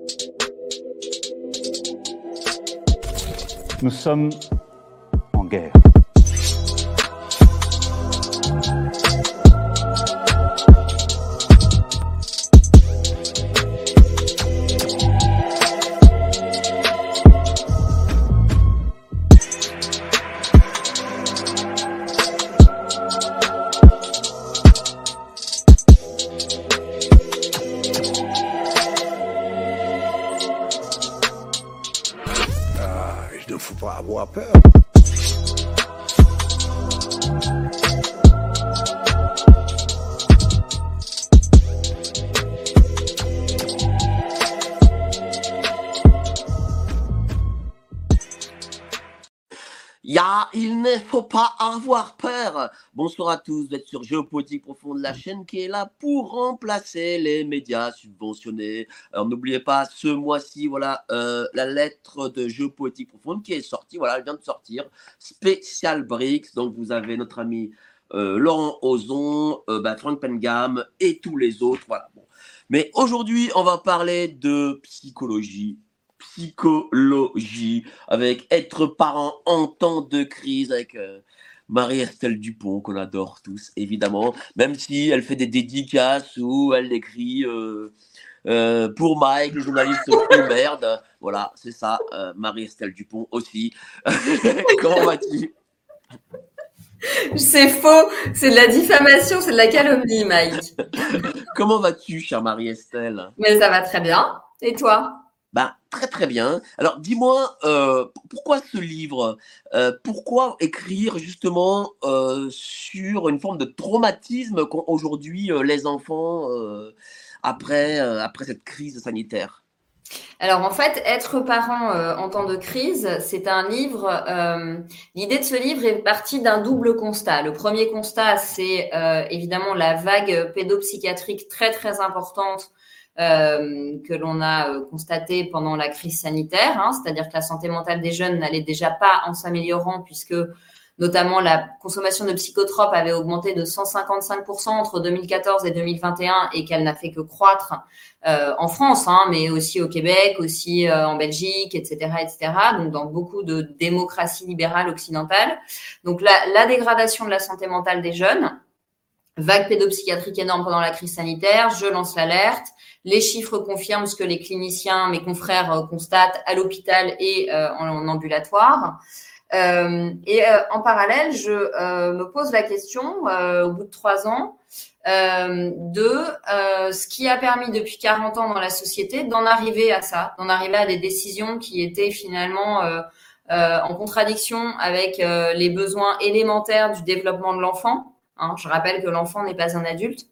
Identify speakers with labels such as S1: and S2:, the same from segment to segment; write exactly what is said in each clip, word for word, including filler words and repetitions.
S1: Nous sommes en guerre.
S2: Il ne faut pas avoir peur.
S3: Ya, il ne faut pas avoir peur. Bonsoir à tous, vous êtes sur Géopolitique Profonde, la chaîne qui est là pour remplacer les médias subventionnés. Alors n'oubliez pas, ce mois-ci, voilà, euh, la lettre de Géopolitique Profonde qui est sortie, voilà, elle vient de sortir, spécial B R I C S. Donc vous avez notre ami euh, Laurent Ozon, euh, bah, Frank Pengam et tous les autres, voilà. Bon. Mais aujourd'hui, on va parler de psychologie. Psychologie, avec être parent en temps de crise, avec euh, Marie-Estelle Dupont, qu'on adore tous, évidemment, même si elle fait des dédicaces où elle écrit euh, euh, pour Mike, le journaliste de merde. Voilà, c'est ça, euh, Marie-Estelle Dupont aussi. Comment vas-tu?
S4: C'est faux, c'est de la diffamation, c'est de la calomnie, Mike.
S3: Comment vas-tu, chère Marie-Estelle?
S4: Mais ça va très bien. Et toi?
S3: Bah, très très bien. Alors dis-moi, euh, pourquoi ce livre? euh, Pourquoi écrire justement euh, sur une forme de traumatisme qu'ont aujourd'hui euh, les enfants euh, après, euh, après cette crise sanitaire?
S4: Alors en fait, être parent euh, en temps de crise, c'est un livre. Euh, l'idée de ce livre est partie d'un double constat. Le premier constat, c'est euh, évidemment la vague pédopsychiatrique très très importante Euh, que l'on a euh, constaté pendant la crise sanitaire, hein, c'est-à-dire que la santé mentale des jeunes n'allait déjà pas en s'améliorant puisque notamment la consommation de psychotropes avait augmenté de cent cinquante-cinq pour cent entre deux mille quatorze et deux mille vingt et un et qu'elle n'a fait que croître euh, en France, hein, mais aussi au Québec, aussi euh, en Belgique, et cetera, et cetera. Donc dans beaucoup de démocraties libérales occidentales. Donc la, la dégradation de la santé mentale des jeunes, vague pédopsychiatrique énorme pendant la crise sanitaire, je lance l'alerte. Les chiffres confirment ce que les cliniciens, mes confrères, euh, constatent à l'hôpital et euh, en, en ambulatoire. Euh, et euh, en parallèle, je euh, me pose la question, euh, au bout de trois ans, euh, de euh, ce qui a permis depuis quarante ans dans la société d'en arriver à ça, d'en arriver à des décisions qui étaient finalement euh, euh, en contradiction avec euh, les besoins élémentaires du développement de l'enfant. Hein, je rappelle que l'enfant n'est pas un adulte.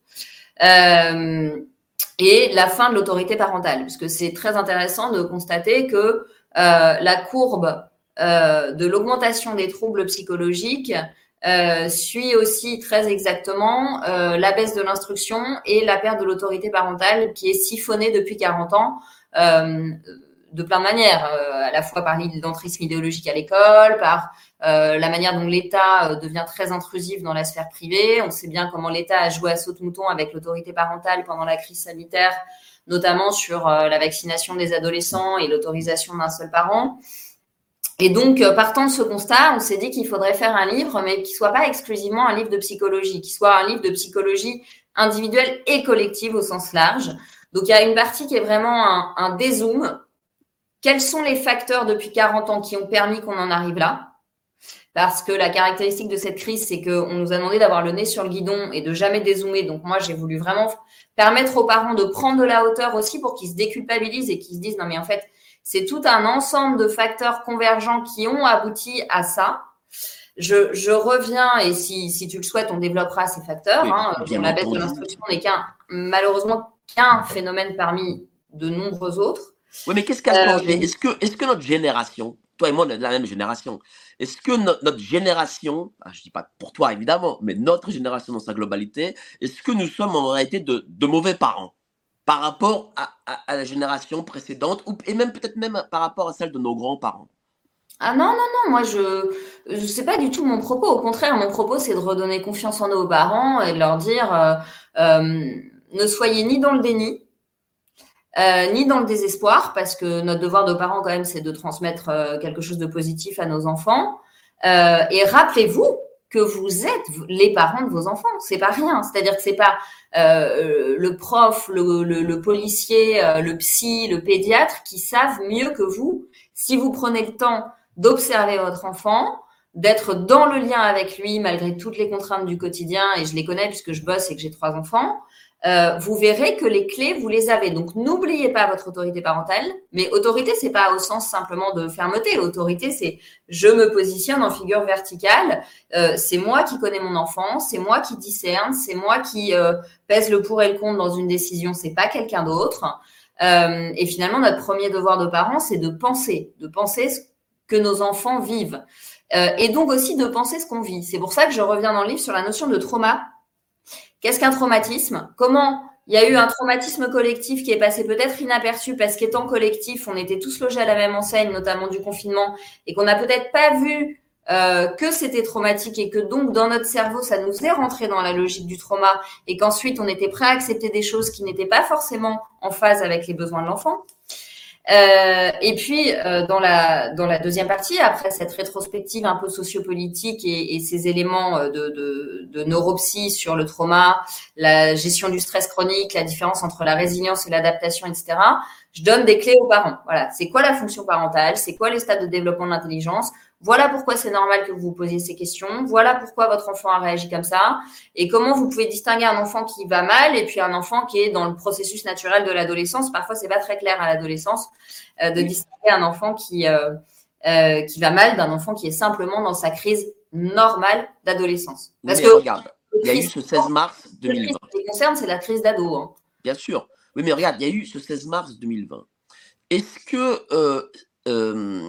S4: Euh, et la fin de l'autorité parentale, puisque c'est très intéressant de constater que euh, la courbe euh, de l'augmentation des troubles psychologiques euh, suit aussi très exactement euh, la baisse de l'instruction et la perte de l'autorité parentale qui est siphonnée depuis quarante ans euh, de plein de manières, euh, à la fois par l'identrisme idéologique à l'école, par euh, la manière dont l'État euh, devient très intrusif dans la sphère privée. On sait bien comment l'État a joué à saute-mouton avec l'autorité parentale pendant la crise sanitaire, notamment sur euh, la vaccination des adolescents et l'autorisation d'un seul parent. Et donc, euh, partant de ce constat, on s'est dit qu'il faudrait faire un livre, mais qui soit pas exclusivement un livre de psychologie, qui soit un livre de psychologie individuelle et collective au sens large. Donc, il y a une partie qui est vraiment un, un dézoom. Quels sont les facteurs depuis quarante ans qui ont permis qu'on en arrive là? Parce que la caractéristique de cette crise, c'est qu'on nous a demandé d'avoir le nez sur le guidon et de jamais dézoomer. Donc moi, j'ai voulu vraiment permettre aux parents de prendre de la hauteur aussi pour qu'ils se déculpabilisent et qu'ils se disent non mais en fait, c'est tout un ensemble de facteurs convergents qui ont abouti à ça. Je, je reviens, et si, si tu le souhaites, on développera ces facteurs.
S3: Oui,
S4: hein.
S3: bien
S4: La baisse
S3: entendu.
S4: de l'instruction n'est qu'un, malheureusement, qu'un phénomène parmi de nombreux autres.
S3: Oui, mais qu'est-ce qui a
S4: Euh,
S3: changé? Est-ce que, est-ce que notre génération, toi et moi, on est de la même génération, est-ce que no- notre génération, ah, je dis pas pour toi évidemment, mais notre génération dans sa globalité, est-ce que nous sommes en réalité de, de mauvais parents par rapport à, à- à la génération précédente, ou, et même peut-être même par rapport à celle de nos grands-parents?
S4: Ah non, non, non, moi je je sais pas du tout mon propos. Au contraire, mon propos, c'est de redonner confiance en nos parents et de leur dire euh, euh, ne soyez ni dans le déni, euh, ni dans le désespoir, parce que notre devoir de parents, quand même, c'est de transmettre euh, quelque chose de positif à nos enfants. Euh, et rappelez-vous que vous êtes les parents de vos enfants. C'est pas rien. C'est-à-dire que c'est pas euh, le prof, le, le, le policier, euh, le psy, le pédiatre qui savent mieux que vous. Si vous prenez le temps d'observer votre enfant, d'être dans le lien avec lui malgré toutes les contraintes du quotidien, et je les connais puisque je bosse et que j'ai trois enfants, euh, vous verrez que les clés, vous les avez. Donc, n'oubliez pas votre autorité parentale. Mais autorité, c'est pas au sens simplement de fermeté. Autorité, c'est je me positionne en figure verticale. Euh, c'est moi qui connais mon enfant, c'est moi qui discerne, c'est moi qui euh, pèse le pour et le contre dans une décision. C'est pas quelqu'un d'autre. Euh, et finalement, notre premier devoir de parents, c'est de penser, de penser ce que nos enfants vivent. Euh, et donc aussi de penser ce qu'on vit. C'est pour ça que je reviens dans le livre sur la notion de trauma. Qu'est-ce qu'un traumatisme? Comment il y a eu un traumatisme collectif qui est passé peut-être inaperçu parce qu'étant collectif, on était tous logés à la même enseigne, notamment du confinement, et qu'on n'a peut-être pas vu euh, que c'était traumatique et que donc dans notre cerveau, ça nous est rentré dans la logique du trauma et qu'ensuite on était prêt à accepter des choses qui n'étaient pas forcément en phase avec les besoins de l'enfant. Euh, et puis euh, dans la dans la deuxième partie, après cette rétrospective un peu sociopolitique et, et ces éléments de, de, de neuropsy sur le trauma, la gestion du stress chronique, la différence entre la résilience et l'adaptation, et cetera. Je donne des clés aux parents. Voilà, c'est quoi la fonction parentale, c'est quoi les stades de développement de l'intelligence. Voilà pourquoi c'est normal que vous vous posiez ces questions. Voilà pourquoi votre enfant a réagi comme ça. Et comment vous pouvez distinguer un enfant qui va mal et puis un enfant qui est dans le processus naturel de l'adolescence. Parfois, c'est pas très clair à l'adolescence euh, de distinguer un enfant qui euh, euh, qui va mal d'un enfant qui est simplement dans sa crise normale d'adolescence.
S3: Parce oui, que regarde, il y a eu ce seize mars deux mille vingt.
S4: Ce qui concerne, c'est la crise d'ado. Hein.
S3: Bien sûr. Oui, mais regarde, il y a eu ce seize mars deux mille vingt. Est-ce que euh, euh,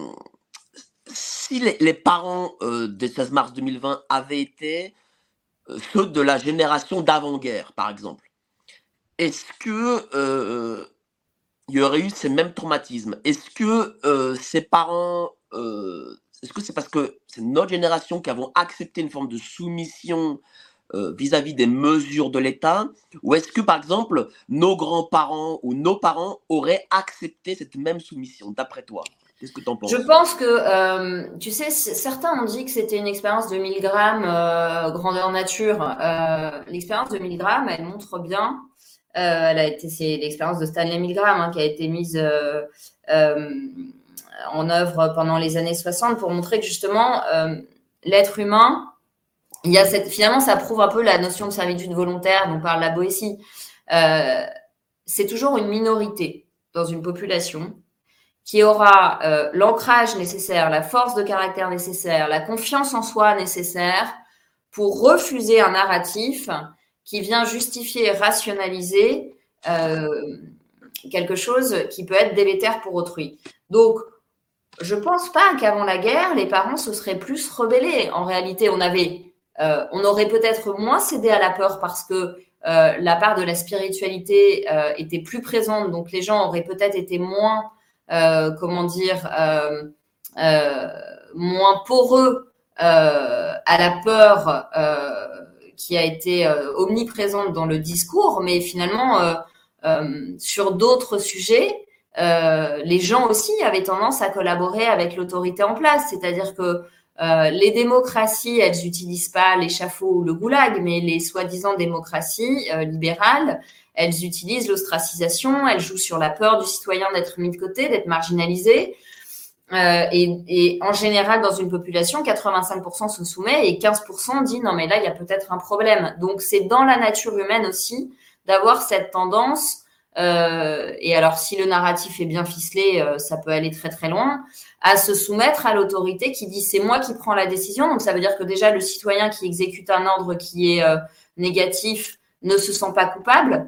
S3: si les, les parents euh, des seize mars deux mille vingt avaient été euh, ceux de la génération d'avant-guerre, par exemple, est-ce que euh, il y aurait eu ces mêmes traumatismes? Est-ce que euh, ces parents, euh, est-ce que c'est parce que c'est notre génération qui avons accepté une forme de soumission euh, vis-à-vis des mesures de l'État, ou est-ce que, par exemple, nos grands-parents ou nos parents auraient accepté cette même soumission, d'après toi? Qu'est-ce que tu en penses?
S4: Je pense que, euh, tu sais, certains ont dit que c'était une expérience de mille grammes euh, grandeur nature. Euh, l'expérience de mille grammes, elle montre bien, euh, elle a été, c'est l'expérience de Stanley Milgram hein, qui a été mise euh, euh, en œuvre pendant les années soixante pour montrer que justement, euh, l'être humain, il y a cette, finalement, ça prouve un peu la notion de servitude volontaire dont parle la Boétie. Euh, c'est toujours une minorité dans une population qui aura euh, l'ancrage nécessaire, la force de caractère nécessaire, la confiance en soi nécessaire pour refuser un narratif qui vient justifier et rationaliser euh, quelque chose qui peut être délétère pour autrui. Donc, je pense pas qu'avant la guerre, les parents se seraient plus rebellés. En réalité, on avait, euh, on aurait peut-être moins cédé à la peur parce que euh, la part de la spiritualité euh, était plus présente, donc les gens auraient peut-être été moins Euh, comment dire, euh, euh, moins poreux euh, à la peur euh, qui a été euh, omniprésente dans le discours, mais finalement, euh, euh, sur d'autres sujets, euh, les gens aussi avaient tendance à collaborer avec l'autorité en place, c'est-à-dire que euh, les démocraties, elles n'utilisent pas l'échafaud ou le goulag, mais les soi-disant démocraties euh, libérales, elles utilisent l'ostracisation, elles jouent sur la peur du citoyen d'être mis de côté, d'être marginalisé. Euh, et, et en général, dans une population, quatre-vingt-cinq pour cent se soumet et quinze pour cent dit non mais là, il y a peut-être un problème. Donc, c'est dans la nature humaine aussi d'avoir cette tendance. Euh, et alors, si le narratif est bien ficelé, euh, ça peut aller très très loin, à se soumettre à l'autorité qui dit c'est moi qui prends la décision. Donc, ça veut dire que déjà, le citoyen qui exécute un ordre qui est euh, négatif ne se sent pas coupable.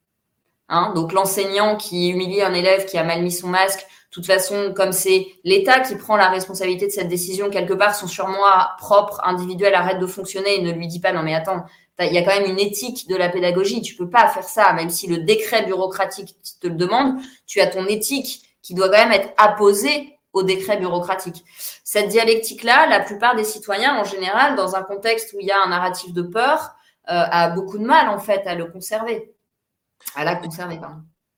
S4: Hein, donc l'enseignant qui humilie un élève qui a mal mis son masque, de toute façon, comme c'est l'État qui prend la responsabilité de cette décision, quelque part, son surmoi propre, individuel, arrête de fonctionner et ne lui dit pas, non mais attends, il y a quand même une éthique de la pédagogie, tu peux pas faire ça, même si le décret bureaucratique te le demande, tu as ton éthique qui doit quand même être apposée au décret bureaucratique. Cette dialectique-là, la plupart des citoyens, en général, dans un contexte où il y a un narratif de peur, euh, a beaucoup de mal, en fait, à le conserver. À la conserver, pardon.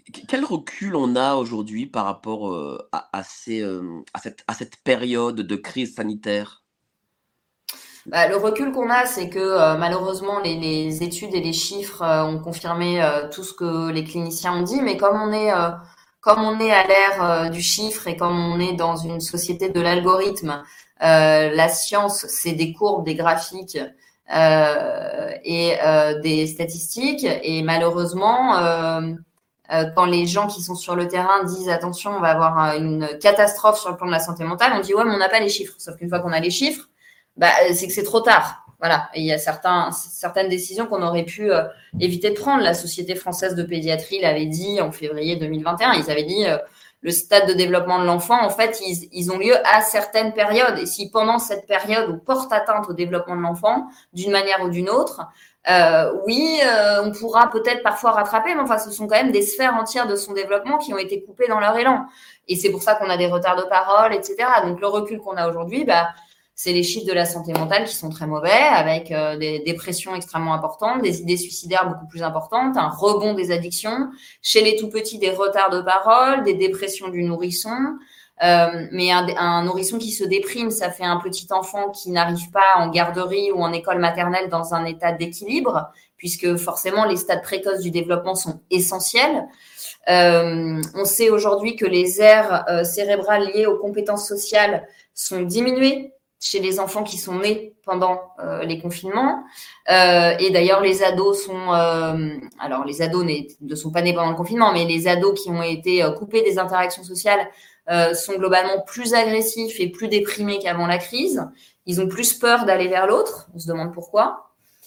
S3: Quel recul on a aujourd'hui par rapport euh, à, à ces, euh, à cette, à cette période de crise sanitaire?
S4: Bah, le recul qu'on a, c'est que euh, malheureusement, les, les études et les chiffres euh, ont confirmé euh, tout ce que les cliniciens ont dit, mais comme on est, euh, comme on est à l'ère euh, du chiffre et comme on est dans une société de l'algorithme, euh, la science, c'est des courbes, des graphiques euh, et euh, des statistiques, et malheureusement, euh, euh, quand les gens qui sont sur le terrain disent attention, on va avoir une catastrophe sur le plan de la santé mentale, on dit ouais, mais on n'a pas les chiffres. Sauf qu'une fois qu'on a les chiffres, bah, c'est que c'est trop tard. Voilà. Et il y a certains, certaines décisions qu'on aurait pu euh, éviter de prendre. La Société française de pédiatrie l'avait dit en février deux mille vingt et un. Ils avaient dit euh, le stade de développement de l'enfant, en fait, ils, ils ont lieu à certaines périodes. Et si pendant cette période, on porte atteinte au développement de l'enfant, d'une manière ou d'une autre, euh, oui, euh, on pourra peut-être parfois rattraper, mais enfin, ce sont quand même des sphères entières de son développement qui ont été coupées dans leur élan. Et c'est pour ça qu'on a des retards de parole, et cetera. Donc, le recul qu'on a aujourd'hui, bah, c'est les chiffres de la santé mentale qui sont très mauvais, avec euh, des dépressions extrêmement importantes, des idées suicidaires beaucoup plus importantes, un rebond des addictions, chez les tout-petits, des retards de parole, des dépressions du nourrisson. Euh, mais un, un nourrisson qui se déprime, ça fait un petit enfant qui n'arrive pas en garderie ou en école maternelle dans un état d'équilibre, puisque forcément les stades précoces du développement sont essentiels. Euh, on sait aujourd'hui que les aires euh, cérébrales liées aux compétences sociales sont diminuées chez les enfants qui sont nés pendant euh, les confinements. Euh, et d'ailleurs, les ados sont... Euh, alors, les ados ne sont pas nés pendant le confinement, mais les ados qui ont été euh, coupés des interactions sociales euh, sont globalement plus agressifs et plus déprimés qu'avant la crise. Ils ont plus peur d'aller vers l'autre. On se demande pourquoi.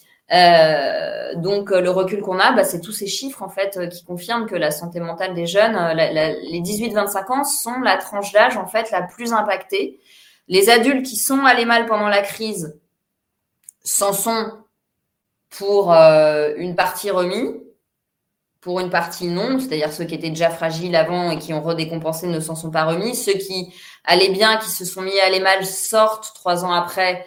S4: Euh, donc, le recul qu'on a, bah, c'est tous ces chiffres, en fait, qui confirment que la santé mentale des jeunes, la, la, les dix-huit vingt-cinq ans, sont la tranche d'âge, en fait, la plus impactée. Les adultes qui sont allés mal pendant la crise s'en sont pour euh, une partie remis, pour une partie non, c'est-à-dire ceux qui étaient déjà fragiles avant et qui ont redécompensé ne s'en sont pas remis. Ceux qui allaient bien, qui se sont mis à aller mal, sortent trois ans après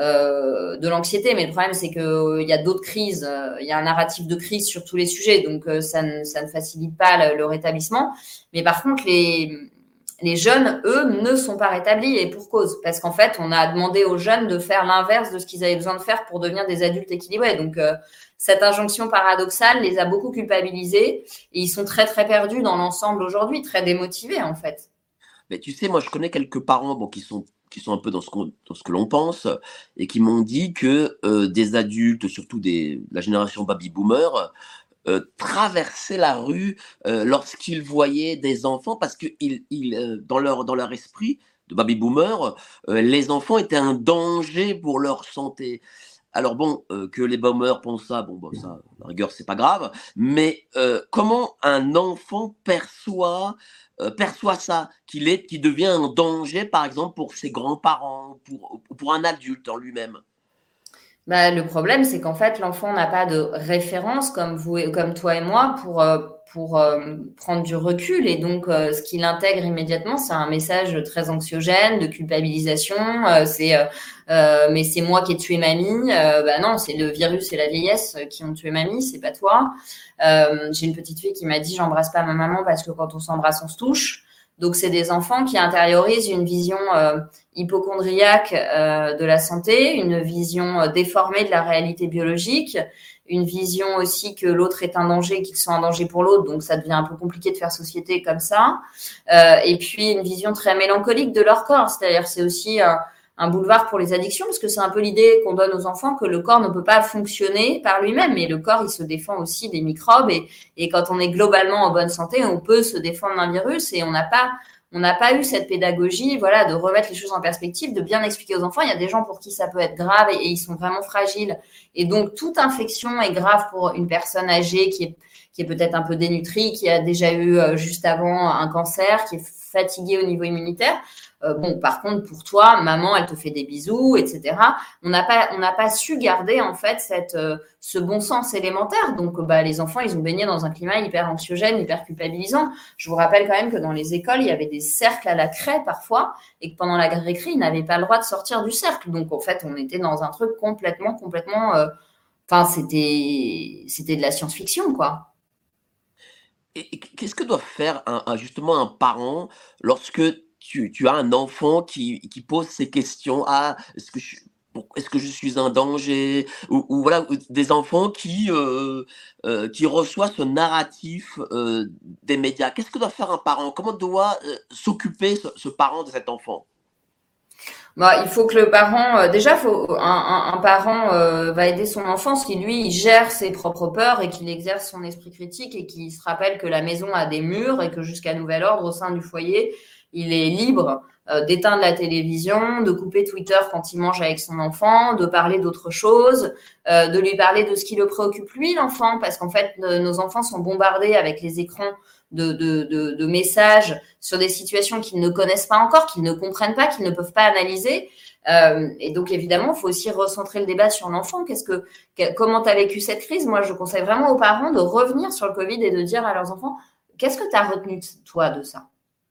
S4: euh, de l'anxiété. Mais le problème, c'est qu'il euh, y a d'autres crises, euh, il y a un narratif de crise sur tous les sujets, donc euh, ça, ne, ça ne facilite pas le, le rétablissement. Mais par contre, les... Les jeunes, eux, ne sont pas rétablis, et pour cause. Parce qu'en fait, on a demandé aux jeunes de faire l'inverse de ce qu'ils avaient besoin de faire pour devenir des adultes équilibrés. Donc, euh, cette injonction paradoxale les a beaucoup culpabilisés, et ils sont très, très perdus dans l'ensemble aujourd'hui, très démotivés, en fait.
S3: Mais tu sais, moi, je connais quelques parents bon, qui sont qui sont un peu dans ce, qu'on, dans ce que l'on pense, et qui m'ont dit que euh, des adultes, surtout des, la génération baby-boomer, Euh, traverser la rue euh, lorsqu'ils voyaient des enfants, parce que ils, ils, euh, dans, leur, dans leur esprit de baby boomer, euh, les enfants étaient un danger pour leur santé. Alors bon, euh, que les boomers pensent ça, bon, bon ça, à la rigueur, c'est pas grave, mais euh, comment un enfant perçoit, euh, perçoit ça, qu'il est, qu'il devient un danger, par exemple, pour ses grands-parents, pour, pour un adulte en lui-même?
S4: Bah, le problème, c'est qu'en fait, l'enfant n'a pas de référence comme vous, comme toi et moi, pour euh, pour euh, prendre du recul. Et donc, euh, ce qu'il intègre immédiatement, c'est un message très anxiogène, de culpabilisation. Euh, c'est euh, euh, mais c'est moi qui ai tué mamie. Euh, bah non, c'est le virus et la vieillesse qui ont tué mamie, c'est pas toi. Euh, j'ai une petite fille qui m'a dit, j'embrasse pas ma maman parce que quand on s'embrasse, on se touche. Donc, c'est des enfants qui intériorisent une vision euh, hypochondriaque euh, de la santé, une vision euh, déformée de la réalité biologique, une vision aussi que l'autre est un danger, qu'ils sont un danger pour l'autre, donc ça devient un peu compliqué de faire société comme ça. Euh, et puis, une vision très mélancolique de leur corps, c'est-à-dire c'est aussi euh, un boulevard pour les addictions, parce que c'est un peu l'idée qu'on donne aux enfants que le corps ne peut pas fonctionner par lui-même, mais le corps, il se défend aussi des microbes, et, et quand on est globalement en bonne santé, on peut se défendre d'un virus, et on n'a pas, on n'a pas eu cette pédagogie, voilà, de remettre les choses en perspective, de bien expliquer aux enfants. Il y a des gens pour qui ça peut être grave, et, et ils sont vraiment fragiles, et donc toute infection est grave pour une personne âgée qui est, qui est peut-être un peu dénutrie, qui a déjà eu euh, juste avant un cancer, qui est fatiguée au niveau immunitaire. Euh, bon, par contre, pour toi, maman, elle te fait des bisous, et cetera. On n'a pas, on n'a pas su garder en fait cette, euh, ce bon sens élémentaire. Donc, bah, les enfants, ils ont baigné dans un climat hyper anxiogène, hyper culpabilisant. Je vous rappelle quand même que dans les écoles, il y avait des cercles à la craie parfois, et que pendant la récré, ils n'avaient pas le droit de sortir du cercle. Donc, en fait, on était dans un truc complètement, complètement. Enfin, euh, c'était, c'était de la science-fiction, quoi.
S3: Et, et qu'est-ce que doit faire un, un- justement un parent lorsque tu, tu as un enfant qui, qui pose ces questions? Ah, est-ce que je, pour- est-ce que je suis un danger? Ou, ou voilà, ou des enfants qui, euh, euh, qui reçoivent ce narratif euh, des médias. Qu'est-ce que doit faire un parent? Comment doit euh, s'occuper ce, ce parent de cet enfant?
S4: Bah, il faut que le parent, euh, déjà, faut, un, un, un parent euh, va aider son enfant si lui, il gère ses propres peurs et qu'il exerce son esprit critique et qu'il se rappelle que la maison a des murs et que jusqu'à nouvel ordre, au sein du foyer, il est libre euh, d'éteindre la télévision, de couper Twitter quand il mange avec son enfant, de parler d'autre chose, euh, de lui parler de ce qui le préoccupe lui, l'enfant, parce qu'en fait, euh, nos enfants sont bombardés avec les écrans de, de, de, de messages sur des situations qu'ils ne connaissent pas encore, qu'ils ne comprennent pas, qu'ils ne peuvent pas analyser. Euh, et donc, évidemment, il faut aussi recentrer le débat sur l'enfant. Qu'est-ce que, que comment tu as vécu cette crise? Moi, je conseille vraiment aux parents de revenir sur le Covid et de dire à leurs enfants, qu'est-ce que tu as retenu, toi, de ça?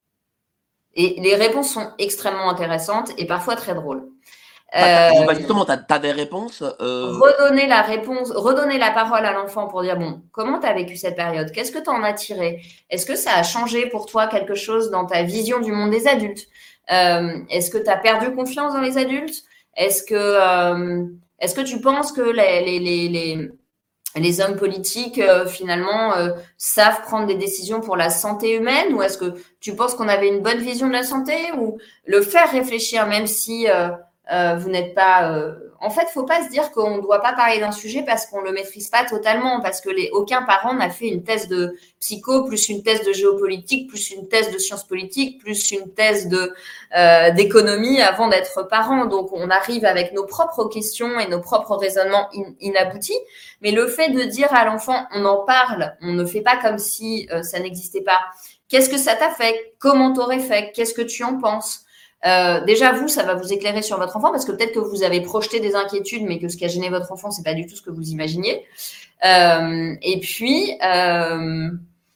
S4: Et les réponses sont extrêmement intéressantes et parfois très drôles.
S3: Bah, t'as-
S4: Euh,
S3: bah, justement, tu as des réponses. euh,
S4: redonner la réponse, redonner la parole à l'enfant pour dire, bon, comment tu as vécu cette période? Qu'est-ce que tu en as tiré? Est-ce que ça a changé pour toi quelque chose dans ta vision du monde des adultes? Euh, est-ce que tu as perdu confiance dans les adultes? Est-ce que, euh, est-ce que tu penses que les, les, les, les, les hommes politiques, euh, finalement, euh, savent prendre des décisions pour la santé humaine? Ou est-ce que tu penses qu'on avait une bonne vision de la santé? Ou le faire réfléchir, même si euh, euh, vous n'êtes pas... Euh... En fait, il ne faut pas se dire qu'on ne doit pas parler d'un sujet parce qu'on ne le maîtrise pas totalement, parce que les... aucun parent n'a fait une thèse de psycho, plus une thèse de géopolitique, plus une thèse de sciences politiques, plus une thèse de, euh, d'économie avant d'être parent. Donc, on arrive avec nos propres questions et nos propres raisonnements in- inaboutis. Mais le fait de dire à l'enfant, on en parle, on ne fait pas comme si euh, ça n'existait pas. Qu'est-ce que ça t'a fait? Comment t'aurais fait? Qu'est-ce que tu en penses? Euh, déjà, vous, ça va vous éclairer sur votre enfant parce que peut-être que vous avez projeté des inquiétudes, mais que ce qui a gêné votre enfant, c'est pas du tout ce que vous imaginiez. Euh, et puis, euh,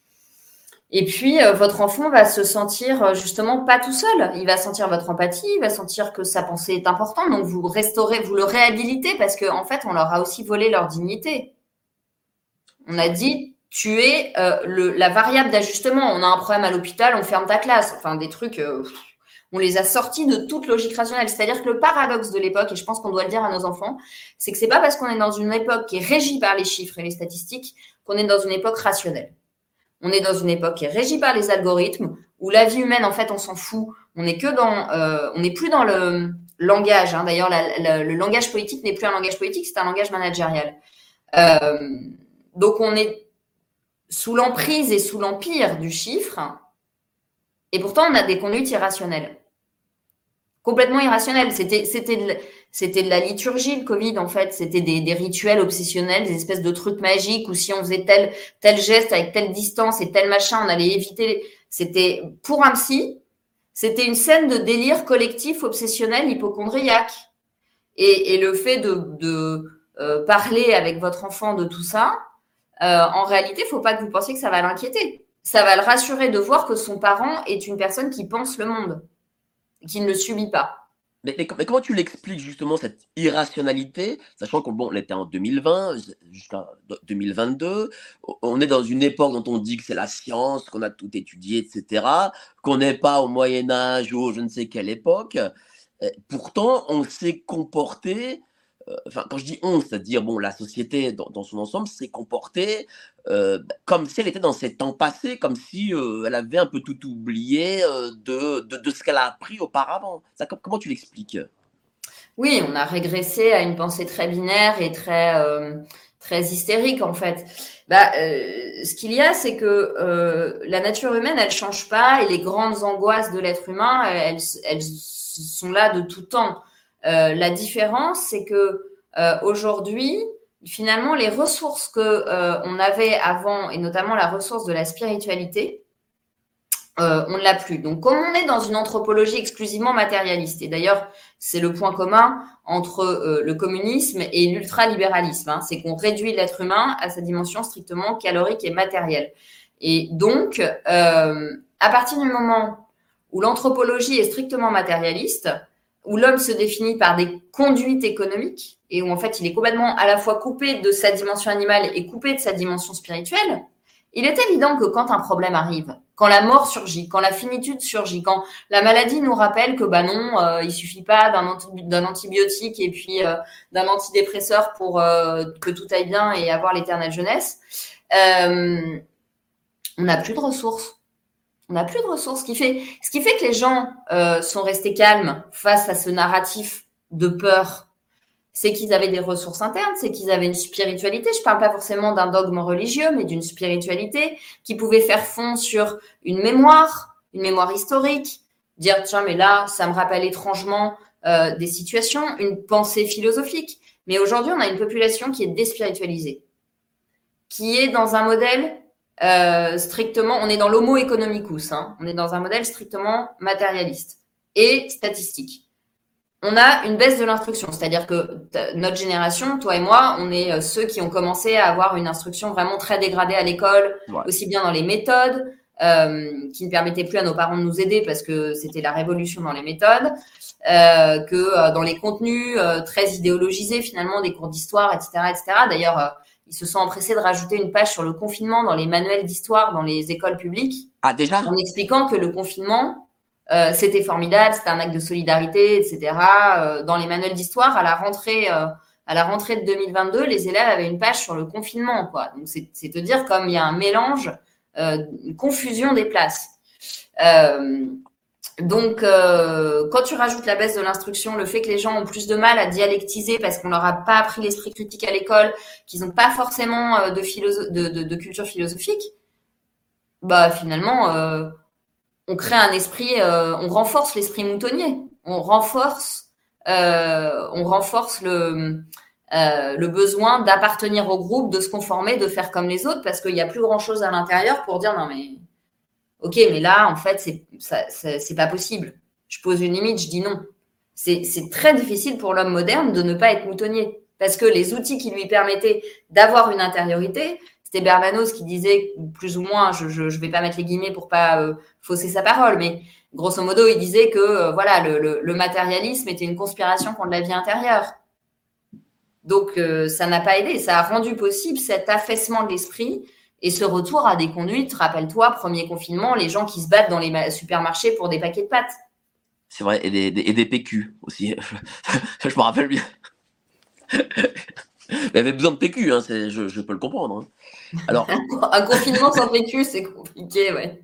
S4: et puis, euh, votre enfant va se sentir euh, justement pas tout seul. Il va sentir votre empathie, il va sentir que sa pensée est importante. Donc, vous restaurez, vous le réhabilitez parce qu'en en fait, on leur a aussi volé leur dignité. On a dit, tu es euh, le, la variable d'ajustement. On a un problème à l'hôpital, on ferme ta classe. Enfin, des trucs, euh, on les a sortis de toute logique rationnelle. C'est-à-dire que le paradoxe de l'époque, et je pense qu'on doit le dire à nos enfants, c'est que c'est pas parce qu'on est dans une époque qui est régie par les chiffres et les statistiques qu'on est dans une époque rationnelle. On est dans une époque qui est régie par les algorithmes, où la vie humaine, en fait, on s'en fout. On n'est que dans, euh, on n'est plus dans le langage. Hein. D'ailleurs, la, la, le langage politique n'est plus un langage politique, c'est un langage managérial. Euh, donc, on est sous l'emprise et sous l'empire du chiffre, et pourtant, on a des conduites irrationnelles. Complètement irrationnelles. C'était, c'était, de, c'était de la liturgie, le Covid, en fait. C'était des, des rituels obsessionnels, des espèces de trucs magiques où si on faisait tel, tel geste avec telle distance et tel machin, on allait éviter. C'était, pour un psy, c'était une scène de délire collectif, obsessionnel, hypocondriaque. Et, et le fait de, de euh, parler avec votre enfant de tout ça, euh, en réalité, il ne faut pas que vous pensiez que ça va l'inquiéter. Ça va le rassurer de voir que son parent est une personne qui pense le monde, qui ne le subit pas.
S3: Mais, mais, mais comment tu l'expliques justement cette irrationalité, sachant qu'on bon, on était en deux mille vingt jusqu'à deux mille vingt-deux, on est dans une époque dont on dit que c'est la science, qu'on a tout étudié, et cetera, qu'on n'est pas au Moyen-Âge ou je ne sais quelle époque. Pourtant, on s'est comporté, euh, enfin, quand je dis on, c'est-à-dire bon, la société dans, dans son ensemble s'est comportée euh, comme si elle était dans ses temps passés, comme si euh, elle avait un peu tout oublié euh, de, de, de ce qu'elle a appris auparavant. Ça, comment tu l'expliques?
S4: Oui, on a régressé à une pensée très binaire et très, euh, très hystérique, en fait. Bah, euh, ce qu'il y a, c'est que euh, la nature humaine, elle change pas, et les grandes angoisses de l'être humain, elles, elles sont là de tout temps. Euh, la différence, c'est que euh, aujourd'hui, finalement, les ressources que euh, on avait avant, et notamment la ressource de la spiritualité, euh, on ne l'a plus. Donc, comme on est dans une anthropologie exclusivement matérialiste, et d'ailleurs, c'est le point commun entre euh, le communisme et l'ultralibéralisme, hein, c'est qu'on réduit l'être humain à sa dimension strictement calorique et matérielle. Et donc, euh, à partir du moment où l'anthropologie est strictement matérialiste, où l'homme se définit par des conduites économiques et où en fait il est complètement à la fois coupé de sa dimension animale et coupé de sa dimension spirituelle, Il est évident que quand un problème arrive, quand la mort surgit, quand la finitude surgit, quand la maladie nous rappelle que bah non, euh, il suffit pas d'un, anti- d'un antibiotique et puis euh, d'un antidépresseur pour euh, que tout aille bien et avoir l'éternelle jeunesse, euh, on n'a plus de ressources. On n'a plus de ressources. Ce qui fait, ce qui fait que les gens euh, sont restés calmes face à ce narratif de peur, c'est qu'ils avaient des ressources internes, c'est qu'ils avaient une spiritualité. Je ne parle pas forcément d'un dogme religieux, mais d'une spiritualité qui pouvait faire fond sur une mémoire, une mémoire historique, dire tiens, mais là, ça me rappelle étrangement euh, des situations, une pensée philosophique. Mais aujourd'hui, on a une population qui est déspiritualisée, qui est dans un modèle euh, strictement, on est dans l'homo economicus, hein, on est dans un modèle strictement matérialiste et statistique. On a une baisse de l'instruction, c'est-à-dire que t- notre génération, toi et moi, on est euh, ceux qui ont commencé à avoir une instruction vraiment très dégradée à l'école,
S3: Ouais.
S4: aussi bien dans les méthodes, euh, qui ne permettaient plus à nos parents de nous aider parce que c'était la révolution dans les méthodes, euh, que euh, dans les contenus euh, très idéologisés finalement, des cours d'histoire, et cetera, et cetera. D'ailleurs, euh, ils se sont empressés de rajouter une page sur le confinement dans les manuels d'histoire dans les écoles publiques,
S3: Ah, déjà?
S4: en expliquant que le confinement, euh, c'était formidable, c'était un acte de solidarité, et cetera. Euh, dans les manuels d'histoire, à la rentrée, euh, à la rentrée de deux mille vingt-deux, les élèves avaient une page sur le confinement, quoi. Donc c'est, c'est te dire comme il y a un mélange, euh, une confusion des places. Euh, donc, euh, quand tu rajoutes la baisse de l'instruction, le fait que les gens ont plus de mal à dialectiser parce qu'on leur a pas appris l'esprit critique à l'école, qu'ils n'ont pas forcément euh, de, philosoph- de, de, de culture philosophique, bah finalement. Euh, on crée un esprit, euh, on renforce l'esprit moutonnier, on renforce, euh, on renforce le, euh, le besoin d'appartenir au groupe, de se conformer, de faire comme les autres, parce qu'il n'y a plus grand chose à l'intérieur pour dire non mais, ok, mais là en fait c'est, ça, ça, c'est pas possible. Je pose une limite, je dis non. C'est, c'est très difficile pour l'homme moderne de ne pas être moutonnier, parce que les outils qui lui permettaient d'avoir une intériorité, c'était Bernanos qui disait, plus ou moins, je ne vais pas mettre les guillemets pour pas euh, fausser sa parole, mais grosso modo, il disait que euh, voilà, le, le, le matérialisme était une conspiration contre la vie intérieure. Donc, euh, ça n'a pas aidé. Ça a rendu possible cet affaissement de l'esprit et ce retour à des conduites. Rappelle-toi, premier confinement, les gens qui se battent dans les supermarchés pour des paquets de pâtes.
S3: C'est vrai, et des, des, et des P Q aussi. Je me rappelle bien. Il avait besoin de P Q, hein, c'est, je, je peux le comprendre. Hein. Alors,
S4: un confinement sans P Q, c'est compliqué, ouais.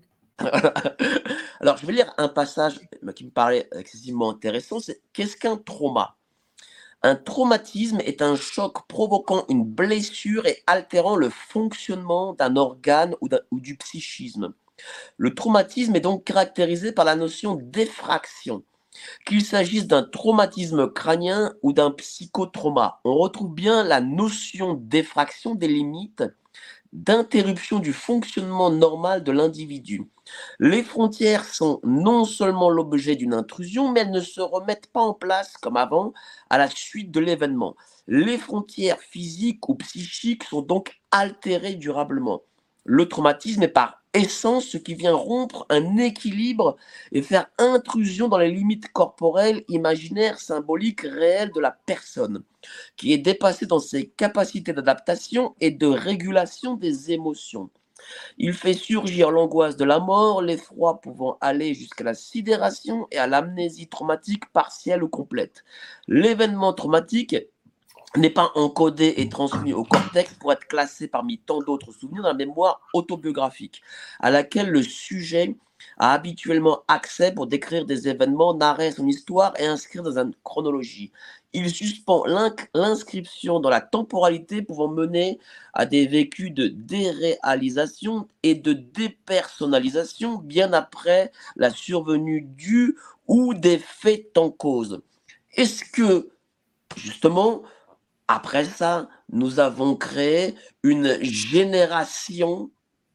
S3: Alors, je vais lire un passage qui me paraît excessivement intéressant. C'est qu'est-ce qu'un trauma? Un traumatisme est un choc provoquant une blessure et altérant le fonctionnement d'un organe ou, d'un, ou du psychisme. Le traumatisme est donc caractérisé par la notion d'effraction. Qu'il s'agisse d'un traumatisme crânien ou d'un psychotrauma, on retrouve bien la notion d'effraction des limites, d'interruption du fonctionnement normal de l'individu. Les frontières sont non seulement l'objet d'une intrusion, mais elles ne se remettent pas en place comme avant à la suite de l'événement. Les frontières physiques ou psychiques sont donc altérées durablement. Le traumatisme est par essence ce qui vient rompre un équilibre et faire intrusion dans les limites corporelles, imaginaires, symboliques, réelles de la personne, qui est dépassée dans ses capacités d'adaptation et de régulation des émotions. Il fait surgir l'angoisse de la mort, l'effroi pouvant aller jusqu'à la sidération et à l'amnésie traumatique partielle ou complète. L'événement traumatique n'est pas encodé et transmis au cortex pour être classé parmi tant d'autres souvenirs dans la mémoire autobiographique, à laquelle le sujet a habituellement accès pour décrire des événements, narrer son histoire et inscrire dans une chronologie. Il suspend l'inscription dans la temporalité pouvant mener à des vécus de déréalisation et de dépersonnalisation bien après la survenue du ou des faits en cause. Est-ce que, justement, après ça, nous avons créé une génération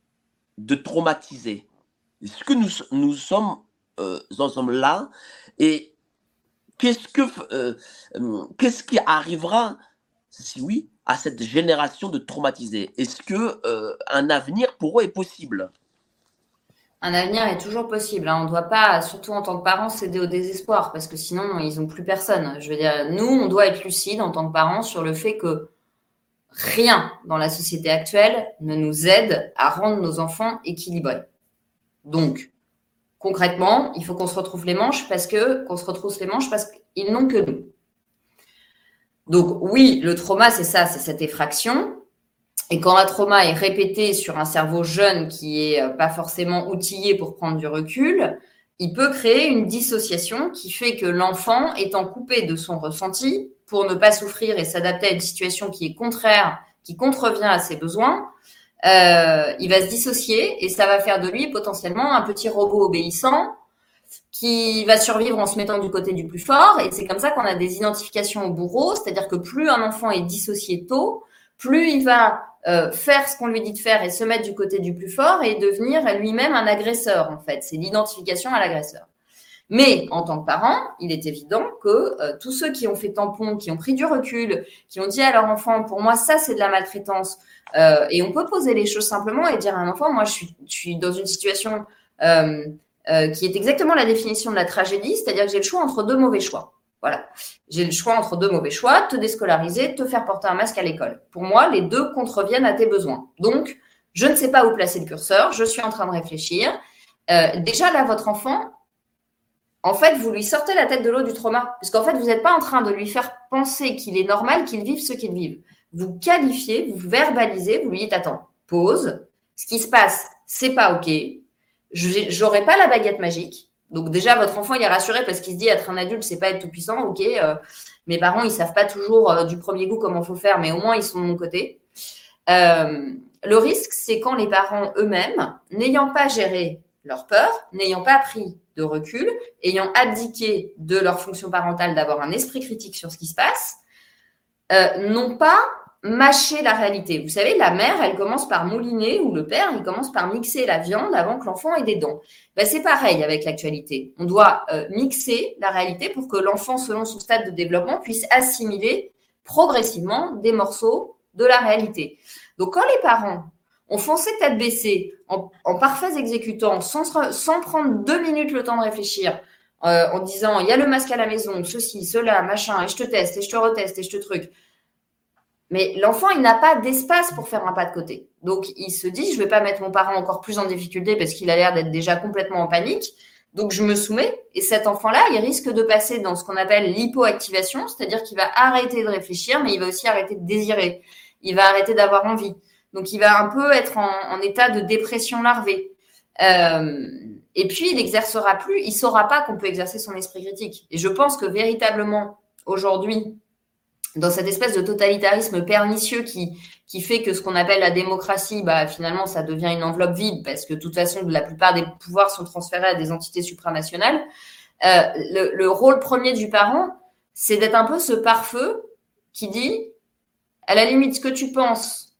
S3: de traumatisés? Est-ce que nous, nous sommes euh, ensemble là? Et qu'est-ce, que, euh, qu'est-ce qui arrivera, si oui, à cette génération de traumatisés? Est-ce qu'un euh, avenir pour eux est possible?
S4: Un avenir est toujours possible. Hein. On ne doit pas, surtout en tant que parents, céder au désespoir parce que sinon, ils n'ont plus personne. Je veux dire, nous, on doit être lucide en tant que parents sur le fait que rien dans la société actuelle ne nous aide à rendre nos enfants équilibrés. Donc, concrètement, il faut qu'on se retrouve les manches parce que, qu'on se retrousse les manches parce qu'ils n'ont que nous. Donc, oui, le trauma, c'est ça, c'est cette effraction. Et quand un trauma est répété sur un cerveau jeune qui est pas forcément outillé pour prendre du recul, il peut créer une dissociation qui fait que l'enfant, étant coupé de son ressenti pour ne pas souffrir et s'adapter à une situation qui est contraire, qui contrevient à ses besoins, euh, il va se dissocier et ça va faire de lui potentiellement un petit robot obéissant qui va survivre en se mettant du côté du plus fort. Et c'est comme ça qu'on a des identifications au bourreau, c'est-à-dire que plus un enfant est dissocié tôt, plus il va euh, faire ce qu'on lui dit de faire et se mettre du côté du plus fort et devenir lui-même un agresseur, en fait. C'est l'identification à l'agresseur. Mais en tant que parent, il est évident que euh, tous ceux qui ont fait tampon, qui ont pris du recul, qui ont dit à leur enfant, pour moi, ça, c'est de la maltraitance. Euh, et on peut poser les choses simplement et dire à un enfant, moi, je suis, je suis dans une situation euh, euh, qui est exactement la définition de la tragédie, c'est-à-dire que j'ai le choix entre deux mauvais choix. Voilà. J'ai le choix entre deux mauvais choix, te déscolariser, te faire porter un masque à l'école. Pour moi, les deux contreviennent à tes besoins. Donc, je ne sais pas où placer le curseur, je suis en train de réfléchir. Euh, déjà, là, votre enfant, en fait, vous lui sortez la tête de l'eau du trauma. Parce qu'en fait, vous n'êtes pas en train de lui faire penser qu'il est normal qu'il vive ce qu'il vive. Vous qualifiez, vous verbalisez, vous lui dites, attends, pause. Ce qui se passe, c'est pas OK. Je n'aurai pas la baguette magique. Donc déjà, votre enfant, il est rassuré parce qu'il se dit, être un adulte, c'est pas être tout puissant. OK, euh, mes parents, ils savent pas toujours euh, du premier coup comment faut faire, mais au moins, ils sont de mon côté. Euh, le risque, c'est quand les parents eux-mêmes, n'ayant pas géré leur peur, n'ayant pas pris de recul, ayant abdiqué de leur fonction parentale d'avoir un esprit critique sur ce qui se passe, euh, n'ont pas mâché la réalité. Vous savez, la mère, elle commence par mouliner, ou le père, il commence par mixer la viande avant que l'enfant ait des dents. Ben, c'est pareil avec l'actualité. On doit euh, mixer la réalité pour que l'enfant, selon son stade de développement, puisse assimiler progressivement des morceaux de la réalité. Donc, quand les parents ont foncé tête baissée, en, en parfaits exécutants, sans, sans prendre deux minutes le temps de réfléchir, euh, en disant, il y a le masque à la maison, ceci, cela, machin, et je te teste, et je te reteste, et je te truc. Mais l'enfant, il n'a pas d'espace pour faire un pas de côté. Donc, il se dit, je ne vais pas mettre mon parent encore plus en difficulté parce qu'il a l'air d'être déjà complètement en panique. Donc, je me soumets. Et cet enfant-là, il risque de passer dans ce qu'on appelle l'hypoactivation, c'est-à-dire qu'il va arrêter de réfléchir, mais il va aussi arrêter de désirer. Il va arrêter d'avoir envie. Donc, il va un peu être en, en état de dépression larvée. Euh, et puis, il n'exercera plus, il ne saura pas qu'on peut exercer son esprit critique. Et je pense que véritablement, aujourd'hui, dans cette espèce de totalitarisme pernicieux qui, qui fait que ce qu'on appelle la démocratie, bah, finalement, ça devient une enveloppe vide parce que de toute façon, la plupart des pouvoirs sont transférés à des entités supranationales. Euh, le, le rôle premier du parent, c'est d'être un peu ce pare-feu qui dit, à la limite, ce que tu penses,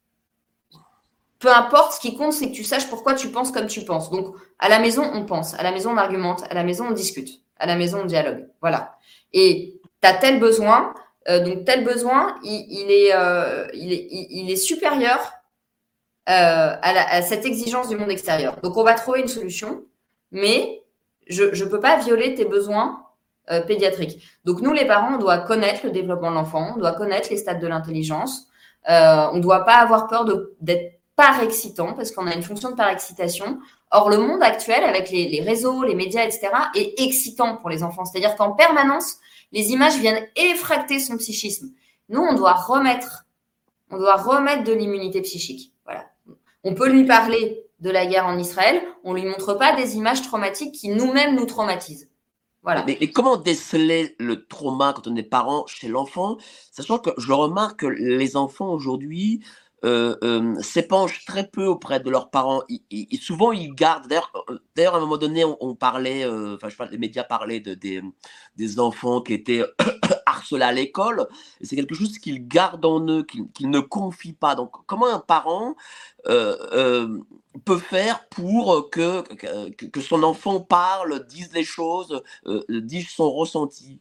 S4: peu importe, ce qui compte, c'est que tu saches pourquoi tu penses comme tu penses. Donc, à la maison, on pense, à la maison, on argumente, à la maison, on discute, à la maison, on dialogue. Voilà. Et tu as tel besoin, Euh, donc, tel besoin, il, il, est, euh, il, est, il est supérieur euh, à, la, à cette exigence du monde extérieur. Donc, on va trouver une solution, mais je ne peux pas violer tes besoins euh, pédiatriques. Donc, nous, les parents, on doit connaître le développement de l'enfant, on doit connaître les stades de l'intelligence, euh, on ne doit pas avoir peur de, d'être parexcitant parce qu'on a une fonction de parexcitation. Or, le monde actuel, avec les, les réseaux, les médias, et cetera, est excitant pour les enfants. C'est-à-dire qu'en permanence, les images viennent effracter son psychisme. Nous, on doit remettre, on doit remettre de l'immunité psychique. Voilà. On peut lui parler de la guerre en Israël, on lui montre pas des images traumatiques qui nous-mêmes nous traumatisent. Voilà.
S3: Mais, mais comment déceler le trauma quand on est parent chez l'enfant, sachant que je remarque que les enfants aujourd'hui euh, euh, s'épanchent très peu auprès de leurs parents. Ils, ils, souvent, ils gardent. D'ailleurs, d'ailleurs, à un moment donné, on, on parlait, euh, enfin, je sais pas, les médias parlaient de, des, des enfants qui étaient harcelés à l'école. Et c'est quelque chose qu'ils gardent en eux, qu'ils, qu'ils ne confient pas. Donc, comment un parent euh, euh, peut faire pour que, que, que son enfant parle, dise les choses, euh, dise son ressenti?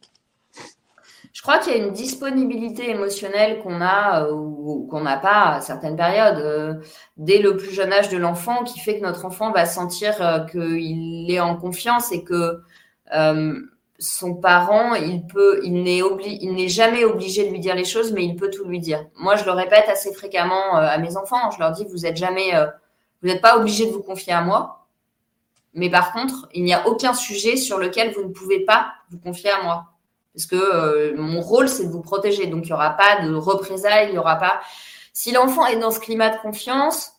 S4: Je crois qu'il y a une disponibilité émotionnelle qu'on a euh, ou qu'on n'a pas à certaines périodes, euh, dès le plus jeune âge de l'enfant, qui fait que notre enfant va sentir euh, qu'il est en confiance et que euh, son parent, il peut, il n'est obli- il n'est jamais obligé de lui dire les choses, mais il peut tout lui dire. Moi, je le répète assez fréquemment euh, à mes enfants. Je leur dis, vous êtes jamais, euh, vous n'êtes pas obligé de vous confier à moi. Mais par contre, il n'y a aucun sujet sur lequel vous ne pouvez pas vous confier à moi. Parce que euh, mon rôle, c'est de vous protéger. Donc, il n'y aura pas de représailles, il n'y aura pas… Si l'enfant est dans ce climat de confiance,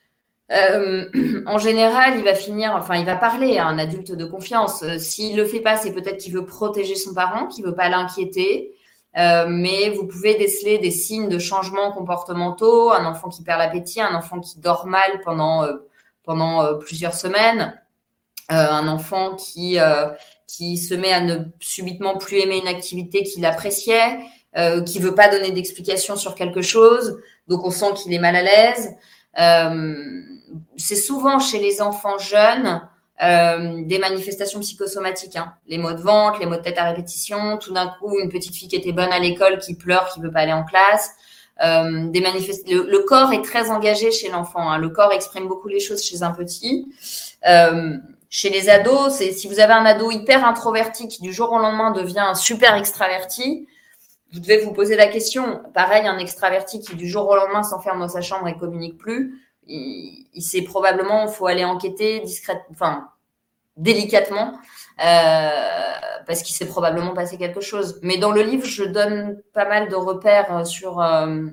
S4: euh, en général, il va finir… Enfin, il va parler à un adulte de confiance. Euh, s'il ne le fait pas, c'est peut-être qu'il veut protéger son parent, qu'il ne veut pas l'inquiéter. Euh, mais vous pouvez déceler des signes de changements comportementaux. Un enfant qui perd l'appétit, un enfant qui dort mal pendant, euh, pendant euh, plusieurs semaines. Euh, un enfant qui, euh, qui se met à ne subitement plus aimer une activité qu'il appréciait, euh, qui veut pas donner d'explication sur quelque chose, donc on sent qu'il est mal à l'aise. Euh, c'est souvent chez les enfants jeunes euh, des manifestations psychosomatiques, hein. Les maux de ventre, les maux de tête à répétition, tout d'un coup une petite fille qui était bonne à l'école qui pleure, qui veut pas aller en classe. Euh, des manifest... le, le corps est très engagé chez l'enfant, hein. Le corps exprime beaucoup les choses chez un petit. Euh, Chez les ados, c'est si vous avez un ado hyper introverti qui du jour au lendemain devient un super extraverti, vous devez vous poser la question. Pareil, un extraverti qui du jour au lendemain s'enferme dans sa chambre et communique plus, il, il sait probablement, faut aller enquêter discrètement, enfin délicatement, euh, parce qu'il s'est probablement passé quelque chose. Mais dans le livre, je donne pas mal de repères sur euh,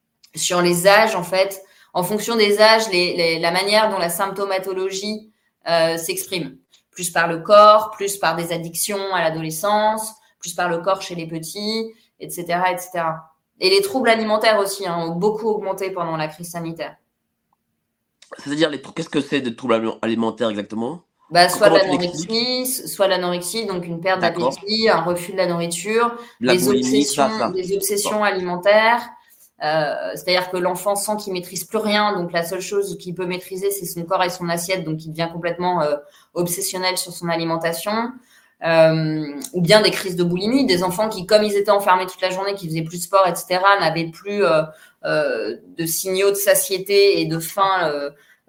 S4: sur les âges en fait, en fonction des âges, les, les, la manière dont la symptomatologie Euh, s'exprime, plus par le corps, plus par des addictions à l'adolescence, plus par le corps chez les petits, et cetera, et cetera. Et les troubles alimentaires aussi hein, ont beaucoup augmenté pendant la crise sanitaire.
S3: C'est-à-dire, les, qu'est-ce que c'est de troubles alimentaires exactement?
S4: Bah, soit
S3: Comment tu
S4: l'anorexie, soit l'anorexie, donc une perte
S3: D'accord.
S4: d'appétit, un refus de la nourriture,
S3: La
S4: des
S3: boulimie,
S4: obsessions,
S3: ça, ça.
S4: des obsessions alimentaires. Euh, c'est-à-dire que l'enfant sent qu'il maîtrise plus rien, donc la seule chose qu'il peut maîtriser, c'est son corps et son assiette, donc il devient complètement euh, obsessionnel sur son alimentation. Euh, ou bien des crises de boulimie, des enfants qui, comme ils étaient enfermés toute la journée, qui faisaient plus de sport, et cetera, n'avaient plus euh, euh, de signaux de satiété et de faim euh,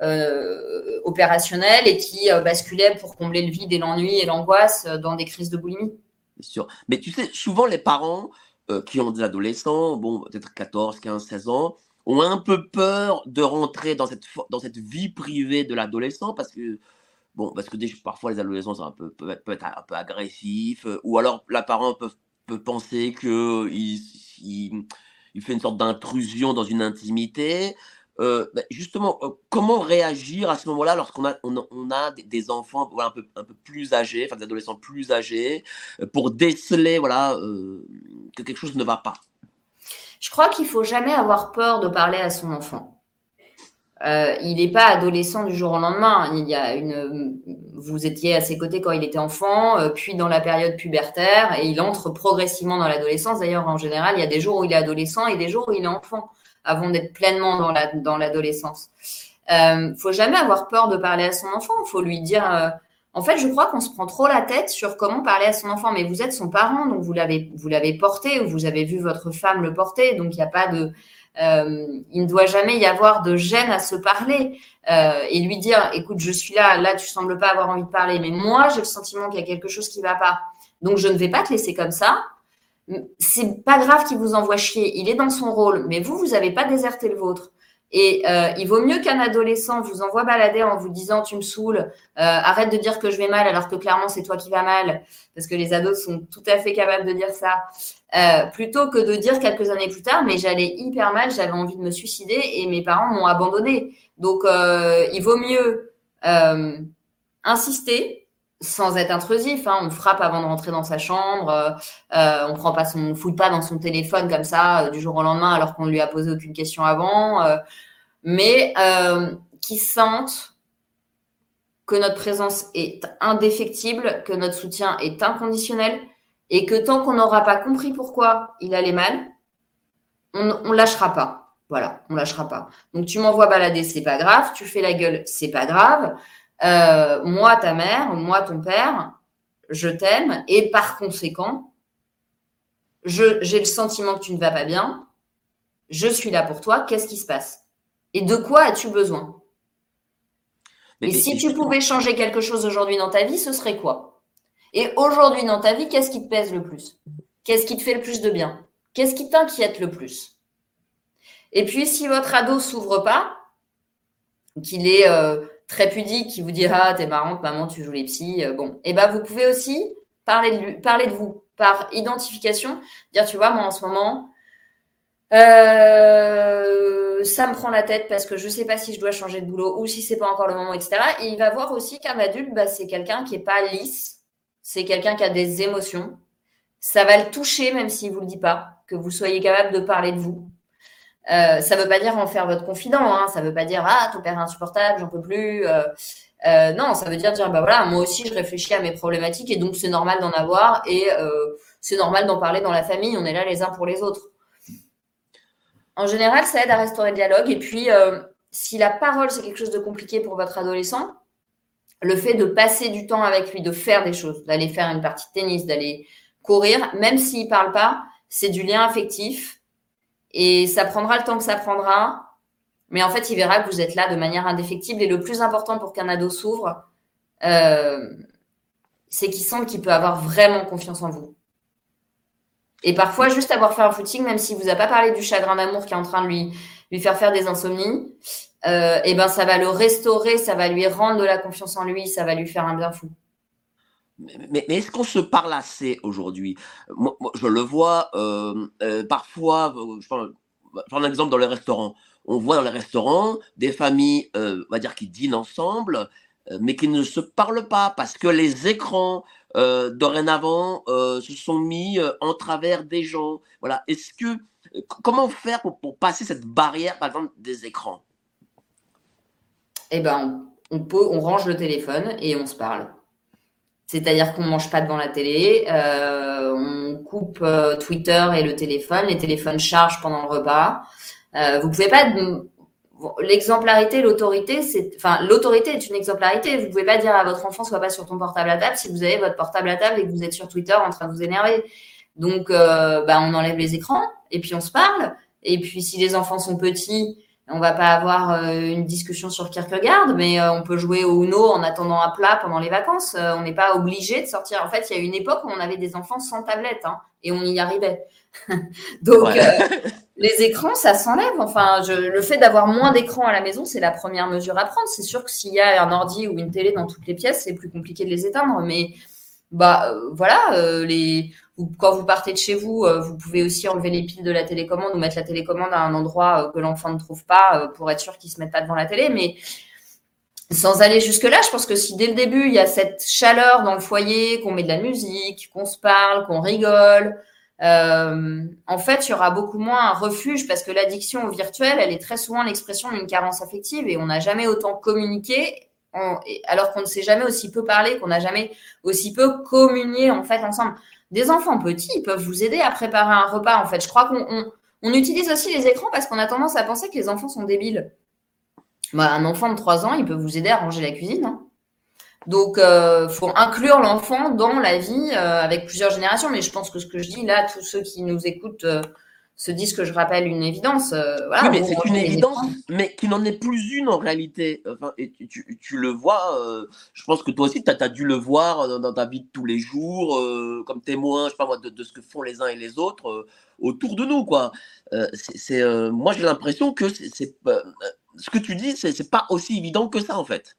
S4: euh, opérationnels et qui euh, basculaient pour combler le vide et l'ennui et l'angoisse euh, dans des crises de boulimie.
S3: Bien sûr. Mais tu sais, souvent les parents euh, qui ont des adolescents, bon, peut-être quatorze, quinze, seize ans, ont un peu peur de rentrer dans cette, dans cette vie privée de l'adolescent parce que, bon, parce que déjà, parfois les adolescents sont un peu, peuvent, être, peuvent être un peu agressifs, euh, ou alors la parent peut, peut penser qu'il il, il fait une sorte d'intrusion dans une intimité. Euh, ben justement, euh, comment réagir à ce moment-là lorsqu'on a, on, on a des, des enfants voilà, un, peu, un peu plus âgés, enfin des adolescents plus âgés, euh, pour déceler voilà, euh, que quelque chose ne va pas?
S4: Je crois qu'il ne faut jamais avoir peur de parler à son enfant. Euh, il n'est pas adolescent du jour au lendemain. Il y a une, vous étiez à ses côtés quand il était enfant, euh, puis dans la période pubertaire, et il entre progressivement dans l'adolescence. D'ailleurs, en général, il y a des jours où il est adolescent et des jours où il est enfant, avant d'être pleinement dans la, dans l'adolescence. Euh, faut jamais avoir peur de parler à son enfant. Faut lui dire. Euh, en fait, je crois qu'on se prend trop la tête sur comment parler à son enfant. Mais vous êtes son parent, donc vous l'avez, vous l'avez porté, ou vous avez vu votre femme le porter, donc il n'y a pas de. Euh, il ne doit jamais y avoir de gêne à se parler euh, et lui dire écoute, je suis là, là tu sembles pas avoir envie de parler, mais moi j'ai le sentiment qu'il y a quelque chose qui va pas, donc je ne vais pas te laisser comme ça. C'est pas grave qu'il vous envoie chier, il est dans son rôle, mais vous, vous avez pas déserté le vôtre. Et euh, il vaut mieux qu'un adolescent vous envoie balader en vous disant tu me saoules, euh, arrête de dire que je vais mal alors que clairement c'est toi qui vas mal, parce que les ados sont tout à fait capables de dire ça, euh, plutôt que de dire quelques années plus tard mais j'allais hyper mal, j'avais envie de me suicider et mes parents m'ont abandonné. Donc euh, il vaut mieux euh, insister sans être intrusif, hein. On frappe avant de rentrer dans sa chambre, euh, on prend pas son, on fouille pas dans son téléphone comme ça euh, du jour au lendemain alors qu'on lui a posé aucune question avant, euh, mais euh, qui sentent que notre présence est indéfectible, que notre soutien est inconditionnel et que tant qu'on n'aura pas compris pourquoi il allait mal, on, on lâchera pas. Voilà, on lâchera pas. Donc tu m'envoies balader, c'est pas grave. Tu fais la gueule, c'est pas grave. Euh, moi, ta mère, moi, ton père, je t'aime et par conséquent, je, j'ai le sentiment que tu ne vas pas bien. Je suis là pour toi. Qu'est-ce qui se passe? Et de quoi as-tu besoin? mais, Et mais si tu pouvais changer quelque chose aujourd'hui dans ta vie, ce serait quoi? Et aujourd'hui, dans ta vie, qu'est-ce qui te pèse le plus? Qu'est-ce qui te fait le plus de bien? Qu'est-ce qui t'inquiète le plus? Et puis, si votre ado s'ouvre pas, qu'il est euh, très pudique, qui vous dit « Ah, t'es marrante, maman, tu joues les psys. Euh, » Bon, et ben vous pouvez aussi parler de, lui, parler de vous par identification. Dire « Tu vois, moi, en ce moment, euh, ça me prend la tête parce que je sais pas si je dois changer de boulot ou si c'est pas encore le moment, et cetera » Et il va voir aussi qu'un adulte, bah, c'est quelqu'un qui est pas lisse. C'est quelqu'un qui a des émotions. Ça va le toucher, même s'il vous le dit pas, que vous soyez capable de parler de vous. Euh, ça veut pas dire en faire votre confident, hein. Ça veut pas dire ah ton père est insupportable, j'en peux plus. Euh, euh, non, ça veut dire dire bah voilà, moi aussi je réfléchis à mes problématiques et donc c'est normal d'en avoir et euh, c'est normal d'en parler dans la famille. On est là les uns pour les autres. En général, ça aide à restaurer le dialogue. Et puis, euh, si la parole c'est quelque chose de compliqué pour votre adolescent, le fait de passer du temps avec lui, de faire des choses, d'aller faire une partie de tennis, d'aller courir, même s'il parle pas, c'est du lien affectif. Et ça prendra le temps que ça prendra, mais en fait, il verra que vous êtes là de manière indéfectible. Et le plus important pour qu'un ado s'ouvre, euh, c'est qu'il sente qu'il peut avoir vraiment confiance en vous. Et parfois, juste avoir fait un footing, même s'il vous a pas parlé du chagrin d'amour qui est en train de lui, lui faire faire des insomnies, euh, et ben ça va le restaurer, ça va lui rendre de la confiance en lui, ça va lui faire un bien fou.
S3: Mais, mais, mais est-ce qu'on se parle assez aujourd'hui? Moi, moi, je le vois euh, euh, parfois, euh, je prends, je prends un exemple dans les restaurants. On voit dans les restaurants des familles, euh, on va dire, qui dînent ensemble, euh, mais qui ne se parlent pas parce que les écrans, euh, dorénavant, euh, se sont mis euh, en travers des gens. Voilà. Est-ce que, euh, comment faire pour, pour passer cette barrière, par exemple, des écrans?
S4: Eh ben, on, on, peut, on range le téléphone et on se parle. C'est-à-dire qu'on ne mange pas devant la télé, euh, on coupe euh, Twitter et le téléphone, les téléphones chargent pendant le repas. Euh, vous pouvez pas... L'exemplarité, l'autorité, c'est... Enfin, l'autorité est une exemplarité. Vous ne pouvez pas dire à votre enfant « sois pas sur ton portable à table » si vous avez votre portable à table et que vous êtes sur Twitter en train de vous énerver. Donc, euh, bah, on enlève les écrans et puis on se parle. Et puis, si les enfants sont petits... On va pas avoir euh, une discussion sur Kierkegaard, mais euh, on peut jouer au Uno en attendant un plat pendant les vacances. Euh, on n'est pas obligé de sortir. En fait, il y a une époque où on avait des enfants sans tablette, hein, et on y arrivait. Donc, ouais. euh, les écrans, ça s'enlève. Enfin, je, le fait d'avoir moins d'écrans à la maison, c'est la première mesure à prendre. C'est sûr que s'il y a un ordi ou une télé dans toutes les pièces, c'est plus compliqué de les éteindre. Mais bah euh, voilà, euh, les... quand vous partez de chez vous, euh, vous pouvez aussi enlever les piles de la télécommande ou mettre la télécommande à un endroit euh, que l'enfant ne trouve pas euh, pour être sûr qu'il ne se mette pas devant la télé. Mais sans aller jusque-là, je pense que si dès le début, il y a cette chaleur dans le foyer, qu'on met de la musique, qu'on se parle, qu'on rigole, euh, en fait, il y aura beaucoup moins un refuge parce que l'addiction au virtuel, elle est très souvent l'expression d'une carence affective et on n'a jamais autant communiqué on, alors qu'on ne s'est jamais aussi peu parlé, qu'on n'a jamais aussi peu communié en fait ensemble. Des enfants petits, ils peuvent vous aider à préparer un repas, en fait. Je crois qu'on on, on utilise aussi les écrans parce qu'on a tendance à penser que les enfants sont débiles. Bah, un enfant de trois ans, il peut vous aider à ranger la cuisine. Hein. Donc, il euh, faut inclure l'enfant dans la vie euh, avec plusieurs générations. Mais je pense que ce que je dis là, tous ceux qui nous écoutent euh, se disent que je rappelle une évidence. Euh, voilà,
S3: oui, mais c'est une évidence, mais qui n'en est plus une en réalité. Enfin, et tu, tu, tu le vois, euh, je pense que toi aussi, tu as, as dû le voir dans, dans ta vie de tous les jours, euh, comme témoin, je sais pas moi, de, de ce que font les uns et les autres euh, autour de nous, quoi. Euh, c'est, c'est, euh, moi, j'ai l'impression que c'est, c'est, euh, ce que tu dis, c'est, c'est pas aussi évident que ça, en fait.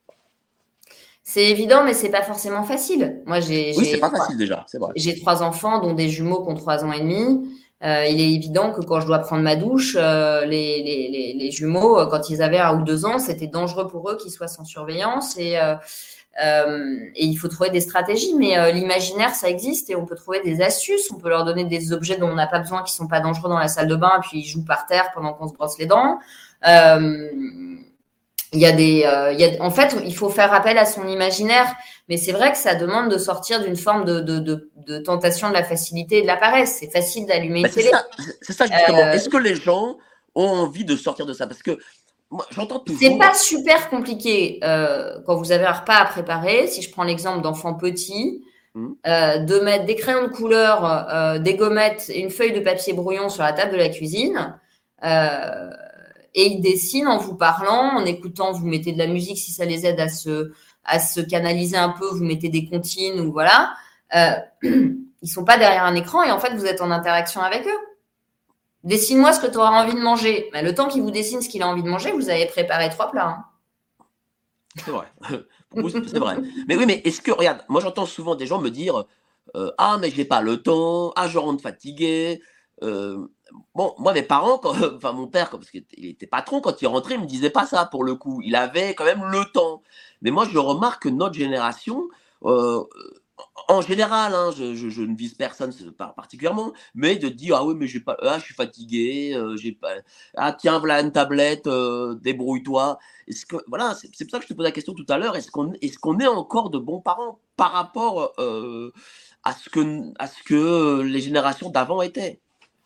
S4: C'est évident, mais c'est pas forcément facile. Moi, j'ai,
S3: oui,
S4: j'ai
S3: c'est pas
S4: trois,
S3: facile déjà, c'est vrai.
S4: J'ai trois enfants, dont des jumeaux qui ont trois ans et demi. Euh, il est évident que quand je dois prendre ma douche, euh, les, les, les, les jumeaux, quand ils avaient un ou deux ans, c'était dangereux pour eux qu'ils soient sans surveillance et, euh, euh, et il faut trouver des stratégies. Mais euh, l'imaginaire, ça existe et on peut trouver des astuces. On peut leur donner des objets dont on n'a pas besoin, qui sont pas dangereux dans la salle de bain, et puis ils jouent par terre pendant qu'on se brosse les dents. Euh, il y a des, euh, il y a, en fait, il faut faire appel à son imaginaire. Mais c'est vrai que ça demande de sortir d'une forme de, de, de, de tentation de la facilité et de la paresse. C'est facile d'allumer
S3: bah,
S4: une télé.
S3: C'est ça, c'est ça justement. Euh... Est-ce que les gens ont envie de sortir de ça? Parce que moi, j'entends toujours…
S4: C'est pas super compliqué euh, quand vous avez un repas à préparer. Si je prends l'exemple d'enfants petits, mmh. euh, de mettre des crayons de couleur, euh, des gommettes et une feuille de papier brouillon sur la table de la cuisine. Euh, et ils dessinent en vous parlant, en écoutant, vous mettez de la musique si ça les aide à se… à se canaliser un peu, vous mettez des comptines ou voilà. Euh, ils sont pas derrière un écran et en fait, vous êtes en interaction avec eux. Dessine-moi ce que tu auras envie de manger. Mais le temps qu'il vous dessine ce qu'il a envie de manger, vous avez préparé trois plats. Hein.
S3: C'est vrai. C'est vrai. Mais oui, mais est-ce que, regarde, moi j'entends souvent des gens me dire euh, ah, mais je n'ai pas le temps, ah, je rentre fatigué. Euh, bon, moi, mes parents, quand, enfin mon père, parce qu'il était patron, quand il rentrait, il ne me disait pas ça pour le coup. Il avait quand même le temps. Mais moi, je remarque que notre génération, euh, en général, hein, je, je, je ne vise personne pas particulièrement, mais de dire ah oui, mais j'ai pas, ah, je suis fatigué, euh, j'ai pas, ah tiens, voilà une tablette, euh, débrouille-toi. Est-ce que voilà, c'est, c'est pour ça que je te pose la question tout à l'heure. Est-ce qu'on, est-ce qu'on est encore de bons parents par rapport euh, à ce que, à ce que les générations d'avant étaient?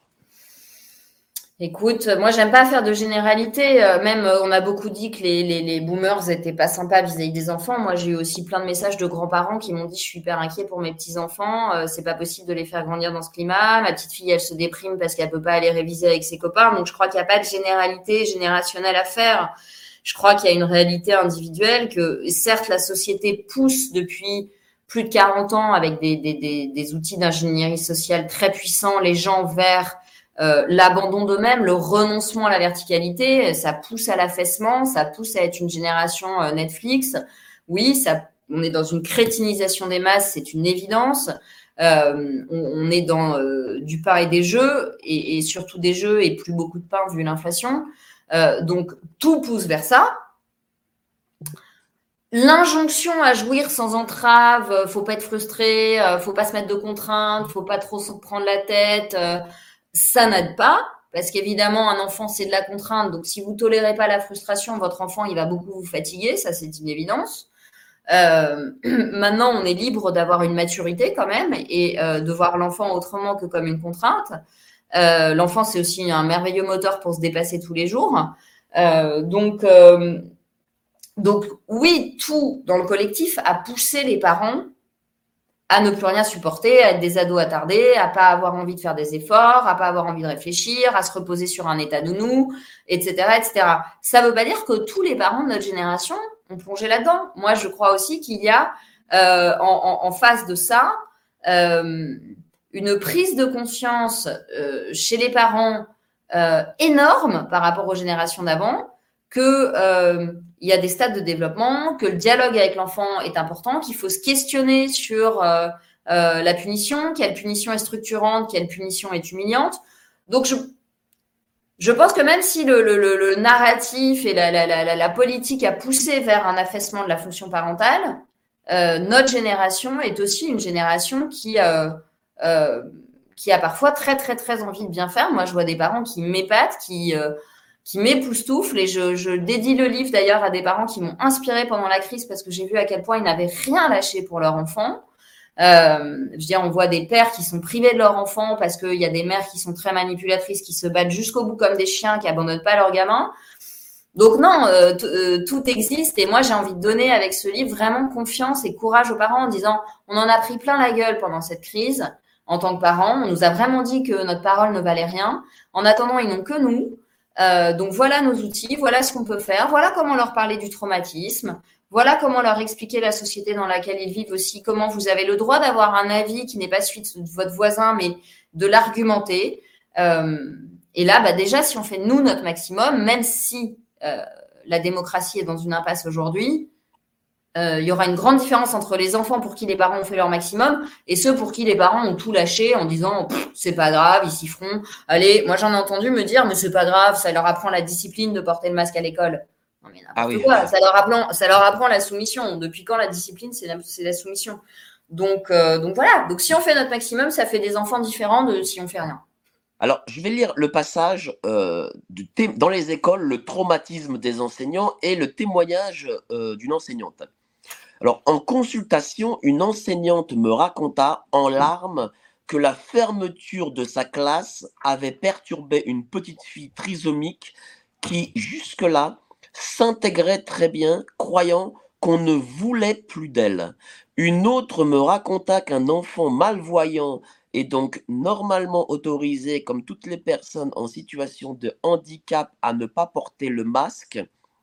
S4: Écoute, moi, j'aime pas faire de généralité. Euh, Même, euh, on a beaucoup dit que les, les, les boomers étaient pas sympas vis-à-vis des enfants. Moi, j'ai eu aussi plein de messages de grands-parents qui m'ont dit, je suis hyper inquiet pour mes petits-enfants. Euh, c'est pas possible de les faire grandir dans ce climat. Ma petite fille, elle se déprime parce qu'elle peut pas aller réviser avec ses copains. Donc, je crois qu'il n'y a pas de généralité générationnelle à faire. Je crois qu'il y a une réalité individuelle que, certes, la société pousse depuis plus de quarante ans avec des, des, des, des outils d'ingénierie sociale très puissants les gens vers Euh, l'abandon d'eux-mêmes, le renoncement à la verticalité, ça pousse à l'affaissement, ça pousse à être une génération euh, Netflix. Oui, ça, on est dans une crétinisation des masses, c'est une évidence. Euh, on, on est dans euh, du pain et des jeux, et, et surtout des jeux et plus beaucoup de pain vu l'inflation. Euh, donc, tout pousse vers ça. L'injonction à jouir sans entrave, faut pas être frustré, faut pas se mettre de contraintes, faut pas trop se prendre la tête. Euh, Ça n'aide pas, parce qu'évidemment, un enfant, c'est de la contrainte. Donc, si vous tolérez pas la frustration, votre enfant, il va beaucoup vous fatiguer. Ça, c'est une évidence. Euh, maintenant, on est libre d'avoir une maturité quand même et euh, de voir l'enfant autrement que comme une contrainte. Euh, l'enfant, c'est aussi un merveilleux moteur pour se dépasser tous les jours. Euh, donc, euh, donc, oui, tout dans le collectif a poussé les parents à ne plus rien supporter, à être des ados attardés, à pas avoir envie de faire des efforts, à pas avoir envie de réfléchir, à se reposer sur un état nounou, et cetera, et cetera. Ça veut pas dire que tous les parents de notre génération ont plongé là-dedans. Moi, je crois aussi qu'il y a euh, en, en, en face de ça euh, une prise de conscience euh, chez les parents euh, énorme par rapport aux générations d'avant, que euh, il y a des stades de développement, que le dialogue avec l'enfant est important, qu'il faut se questionner sur euh, euh, la punition, quelle punition est structurante, quelle punition est humiliante. Donc, je, je pense que même si le, le, le, le narratif et la, la, la, la politique a poussé vers un affaissement de la fonction parentale, euh, notre génération est aussi une génération qui, euh, euh, qui a parfois très, très, très envie de bien faire. Moi, je vois des parents qui m'épatent, qui... Euh, qui m'époustoufle et je, je dédie le livre d'ailleurs à des parents qui m'ont inspiré pendant la crise parce que j'ai vu à quel point ils n'avaient rien lâché pour leur enfant. Euh, je veux dire, on voit des pères qui sont privés de leur enfant parce qu'il y a des mères qui sont très manipulatrices, qui se battent jusqu'au bout comme des chiens, qui abandonnent pas leurs gamins. Donc non, euh, t- euh, tout existe et moi j'ai envie de donner avec ce livre vraiment confiance et courage aux parents en disant on en a pris plein la gueule pendant cette crise en tant que parents. On nous a vraiment dit que notre parole ne valait rien. En attendant, ils n'ont que nous. Euh, donc voilà nos outils, voilà ce qu'on peut faire, voilà comment leur parler du traumatisme, voilà comment leur expliquer la société dans laquelle ils vivent aussi, comment vous avez le droit d'avoir un avis qui n'est pas celui de votre voisin, mais de l'argumenter. Euh, et là, bah déjà, si on fait nous notre maximum, même si euh, la démocratie est dans une impasse aujourd'hui, euh, il y aura une grande différence entre les enfants pour qui les parents ont fait leur maximum et ceux pour qui les parents ont tout lâché en disant c'est pas grave, ils s'y feront. Allez, moi j'en ai entendu me dire mais c'est pas grave, ça leur apprend la discipline de porter le masque à l'école. Non mais n'importe ah oui, quoi, oui. Ça leur apprend, ça leur apprend la soumission. Depuis quand la discipline c'est la, c'est la soumission. Donc euh, donc voilà. Donc si on fait notre maximum, ça fait des enfants différents de si on fait rien.
S3: Alors, je vais lire le passage euh, du thé- dans les écoles, le traumatisme des enseignants et le témoignage euh, d'une enseignante. Alors, en consultation, une enseignante me raconta en larmes que la fermeture de sa classe avait perturbé une petite fille trisomique qui, jusque-là, s'intégrait très bien, croyant qu'on ne voulait plus d'elle. Une autre me raconta qu'un enfant malvoyant est donc normalement autorisé, comme toutes les personnes en situation de handicap, à ne pas porter le masque,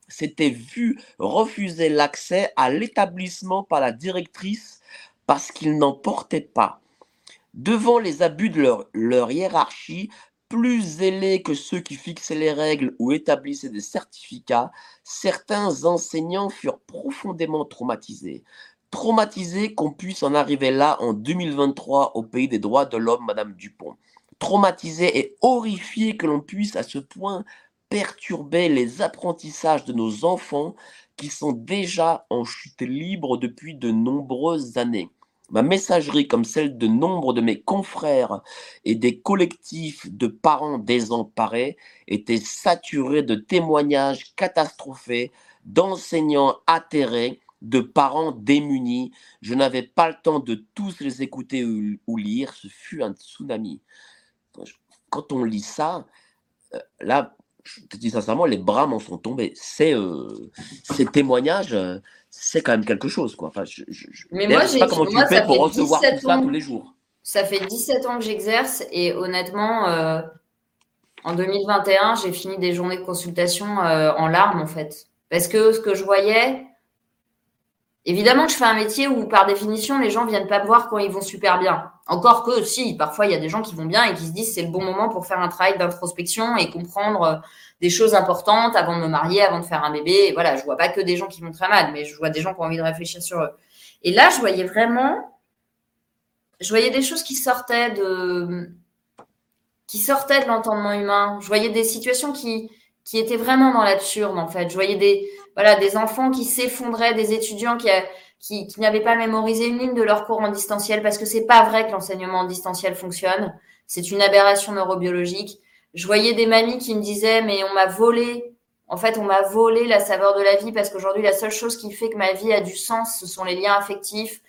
S3: s'était vu refuser l'accès à l'établissement par la directrice parce qu'ils n'en portaient pas. Devant les abus de leur, leur hiérarchie, plus zélés que ceux qui fixaient les règles ou établissaient des certificats, certains enseignants furent profondément traumatisés. Traumatisés qu'on puisse en arriver là en deux mille vingt-trois au pays des droits de l'homme, Madame Dupont. Traumatisés et horrifiés que l'on puisse à ce point perturber les apprentissages de nos enfants qui sont déjà en chute libre depuis de nombreuses années. Ma messagerie, comme celle de nombre de mes confrères et des collectifs de parents désemparés, était saturée de témoignages catastrophés, d'enseignants atterrés, de parents démunis. Je n'avais pas le temps de tous les écouter ou, ou lire. Ce fut un tsunami. Quand on lit ça, euh, là, je te dis sincèrement, les bras m'en sont tombés. C'est, euh, ces témoignages, euh, c'est quand même quelque chose, quoi. Enfin, je, je,
S4: Mais moi,
S3: je sais
S4: j'ai,
S3: pas comment
S4: moi,
S3: tu fais pour recevoir tout ça
S4: ans,
S3: tous les jours.
S4: Ça fait dix-sept ans que j'exerce et honnêtement, euh, en deux mille vingt et un, j'ai fini des journées de consultation euh, en larmes, en fait. Parce que ce que je voyais, évidemment que je fais un métier où, par définition, les gens viennent pas me voir quand ils vont super bien. Encore que, si, parfois, il y a des gens qui vont bien et qui se disent c'est le bon moment pour faire un travail d'introspection et comprendre des choses importantes avant de me marier, avant de faire un bébé. Et voilà, je vois pas que des gens qui vont très mal, mais je vois des gens qui ont envie de réfléchir sur eux. Et là, je voyais vraiment, je voyais des choses qui sortaient de, qui sortaient de l'entendement humain. Je voyais des situations qui, qui étaient vraiment dans l'absurde, en fait. Je voyais des, voilà, des enfants qui s'effondraient, des étudiants qui, qui, qui n'avaient pas mémorisé une ligne de leur cours en distanciel parce que c'est pas vrai que l'enseignement en distanciel fonctionne. C'est une aberration neurobiologique. Je voyais des mamies qui me disaient, mais on m'a volé, en fait, on m'a volé la saveur de la vie parce qu'aujourd'hui, la seule chose qui fait que ma vie a du sens, ce sont les liens affectifs.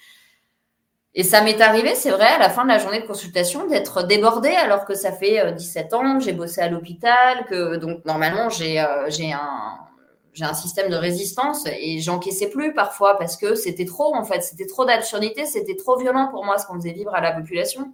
S4: Et ça m'est arrivé, c'est vrai, à la fin de la journée de consultation, d'être débordée alors que ça fait dix-sept ans que j'ai bossé à l'hôpital, que donc normalement, j'ai, euh, j'ai un, j'ai un système de résistance et j'encaissais plus parfois parce que c'était trop, en fait, c'était trop d'absurdité, c'était trop violent pour moi ce qu'on faisait vivre à la population.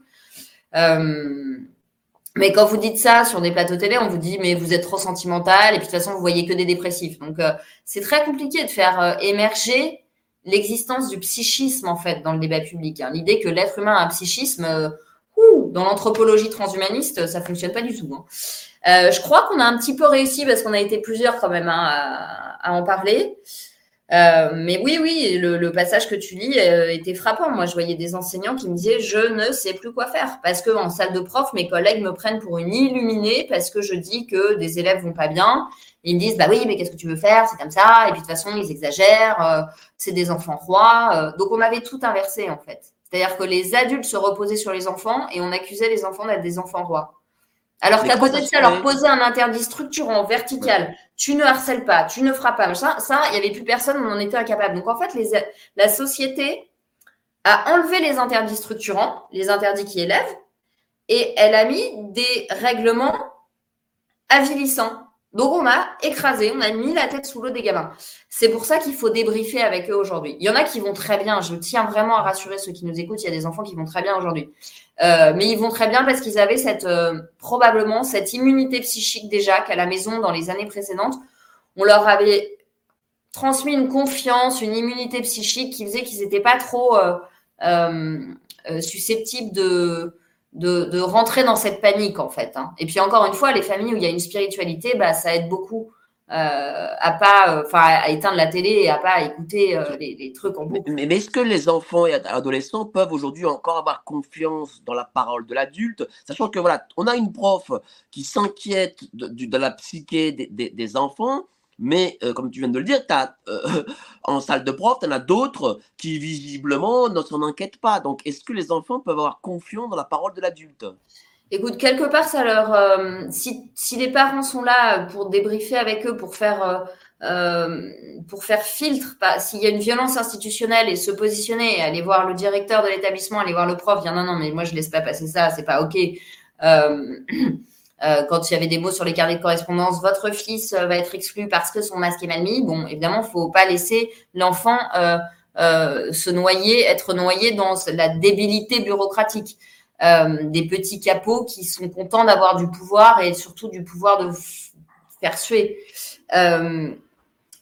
S4: Euh, mais quand vous dites ça sur des plateaux télé, on vous dit mais vous êtes trop sentimental et puis de toute façon vous voyez que des dépressifs. Donc euh, c'est très compliqué de faire euh, émerger l'existence du psychisme en fait dans le débat public. Hein. L'idée que l'être humain a un psychisme, euh, ouh, dans l'anthropologie transhumaniste, ça fonctionne pas du tout. Hein. Euh, je crois qu'on a un petit peu réussi parce qu'on a été plusieurs quand même hein, à, à en parler. Euh, mais oui, oui, le, le passage que tu lis euh, était frappant. Moi, je voyais des enseignants qui me disaient « je ne sais plus quoi faire » parce qu'en salle de prof, mes collègues me prennent pour une illuminée parce que je dis que des élèves vont pas bien. Et ils me disent « bah oui, mais qu'est-ce que tu veux faire ? C'est comme ça. » Et puis de toute façon, ils exagèrent. Euh, c'est des enfants rois. Euh, donc, on avait tout inversé en fait. C'est-à-dire que les adultes se reposaient sur les enfants et on accusait les enfants d'être des enfants rois. Alors qu'à côté de ça, leur poser un interdit structurant, vertical, ouais. Tu ne harcèles pas, tu ne feras pas, ça, ça il n'y avait plus personne, on en était incapable. Donc en fait, les, la société a enlevé les interdits structurants, les interdits qui élèvent, et elle a mis des règlements avilissants. Donc on a écrasé, on a mis la tête sous l'eau des gamins. C'est pour ça qu'il faut débriefer avec eux aujourd'hui. Il y en a qui vont très bien, je tiens vraiment à rassurer ceux qui nous écoutent, il y a des enfants qui vont très bien aujourd'hui. Euh, mais ils vont très bien parce qu'ils avaient cette euh, probablement cette immunité psychique déjà qu'à la maison dans les années précédentes, on leur avait transmis une confiance, une immunité psychique qui faisait qu'ils n'étaient pas trop euh, euh, euh, susceptibles de, de, de rentrer dans cette panique en fait. Hein. Et puis encore une fois, les familles où il y a une spiritualité, bah, ça aide beaucoup. Euh, à pas, enfin, euh, à éteindre la télé et à pas écouter euh, les, les trucs en boucle.
S3: Mais, mais est-ce que les enfants et adolescents peuvent aujourd'hui encore avoir confiance dans la parole de l'adulte, sachant que voilà, on a une prof qui s'inquiète de, de, de la psyché des, des, des enfants, mais euh, comme tu viens de le dire, t'as, euh, en salle de prof, tu en as d'autres qui visiblement ne s'en inquiètent pas. Donc, est-ce que les enfants peuvent avoir confiance dans la parole de l'adulte ?
S4: Écoute, quelque part, ça leur, euh, si, si les parents sont là pour débriefer avec eux, pour faire, euh, pour faire filtre, bah, s'il y a une violence institutionnelle et se positionner, aller voir le directeur de l'établissement, aller voir le prof, dire non, non, mais moi je laisse pas passer ça, c'est pas ok. Euh, euh, quand il y avait des mots sur les carnets de correspondance, votre fils va être exclu parce que son masque est mal mis. Bon, évidemment, faut pas laisser l'enfant euh, euh, se noyer, être noyé dans la débilité bureaucratique. Euh, des petits capots qui sont contents d'avoir du pouvoir et surtout du pouvoir de f- faire suer. Euh,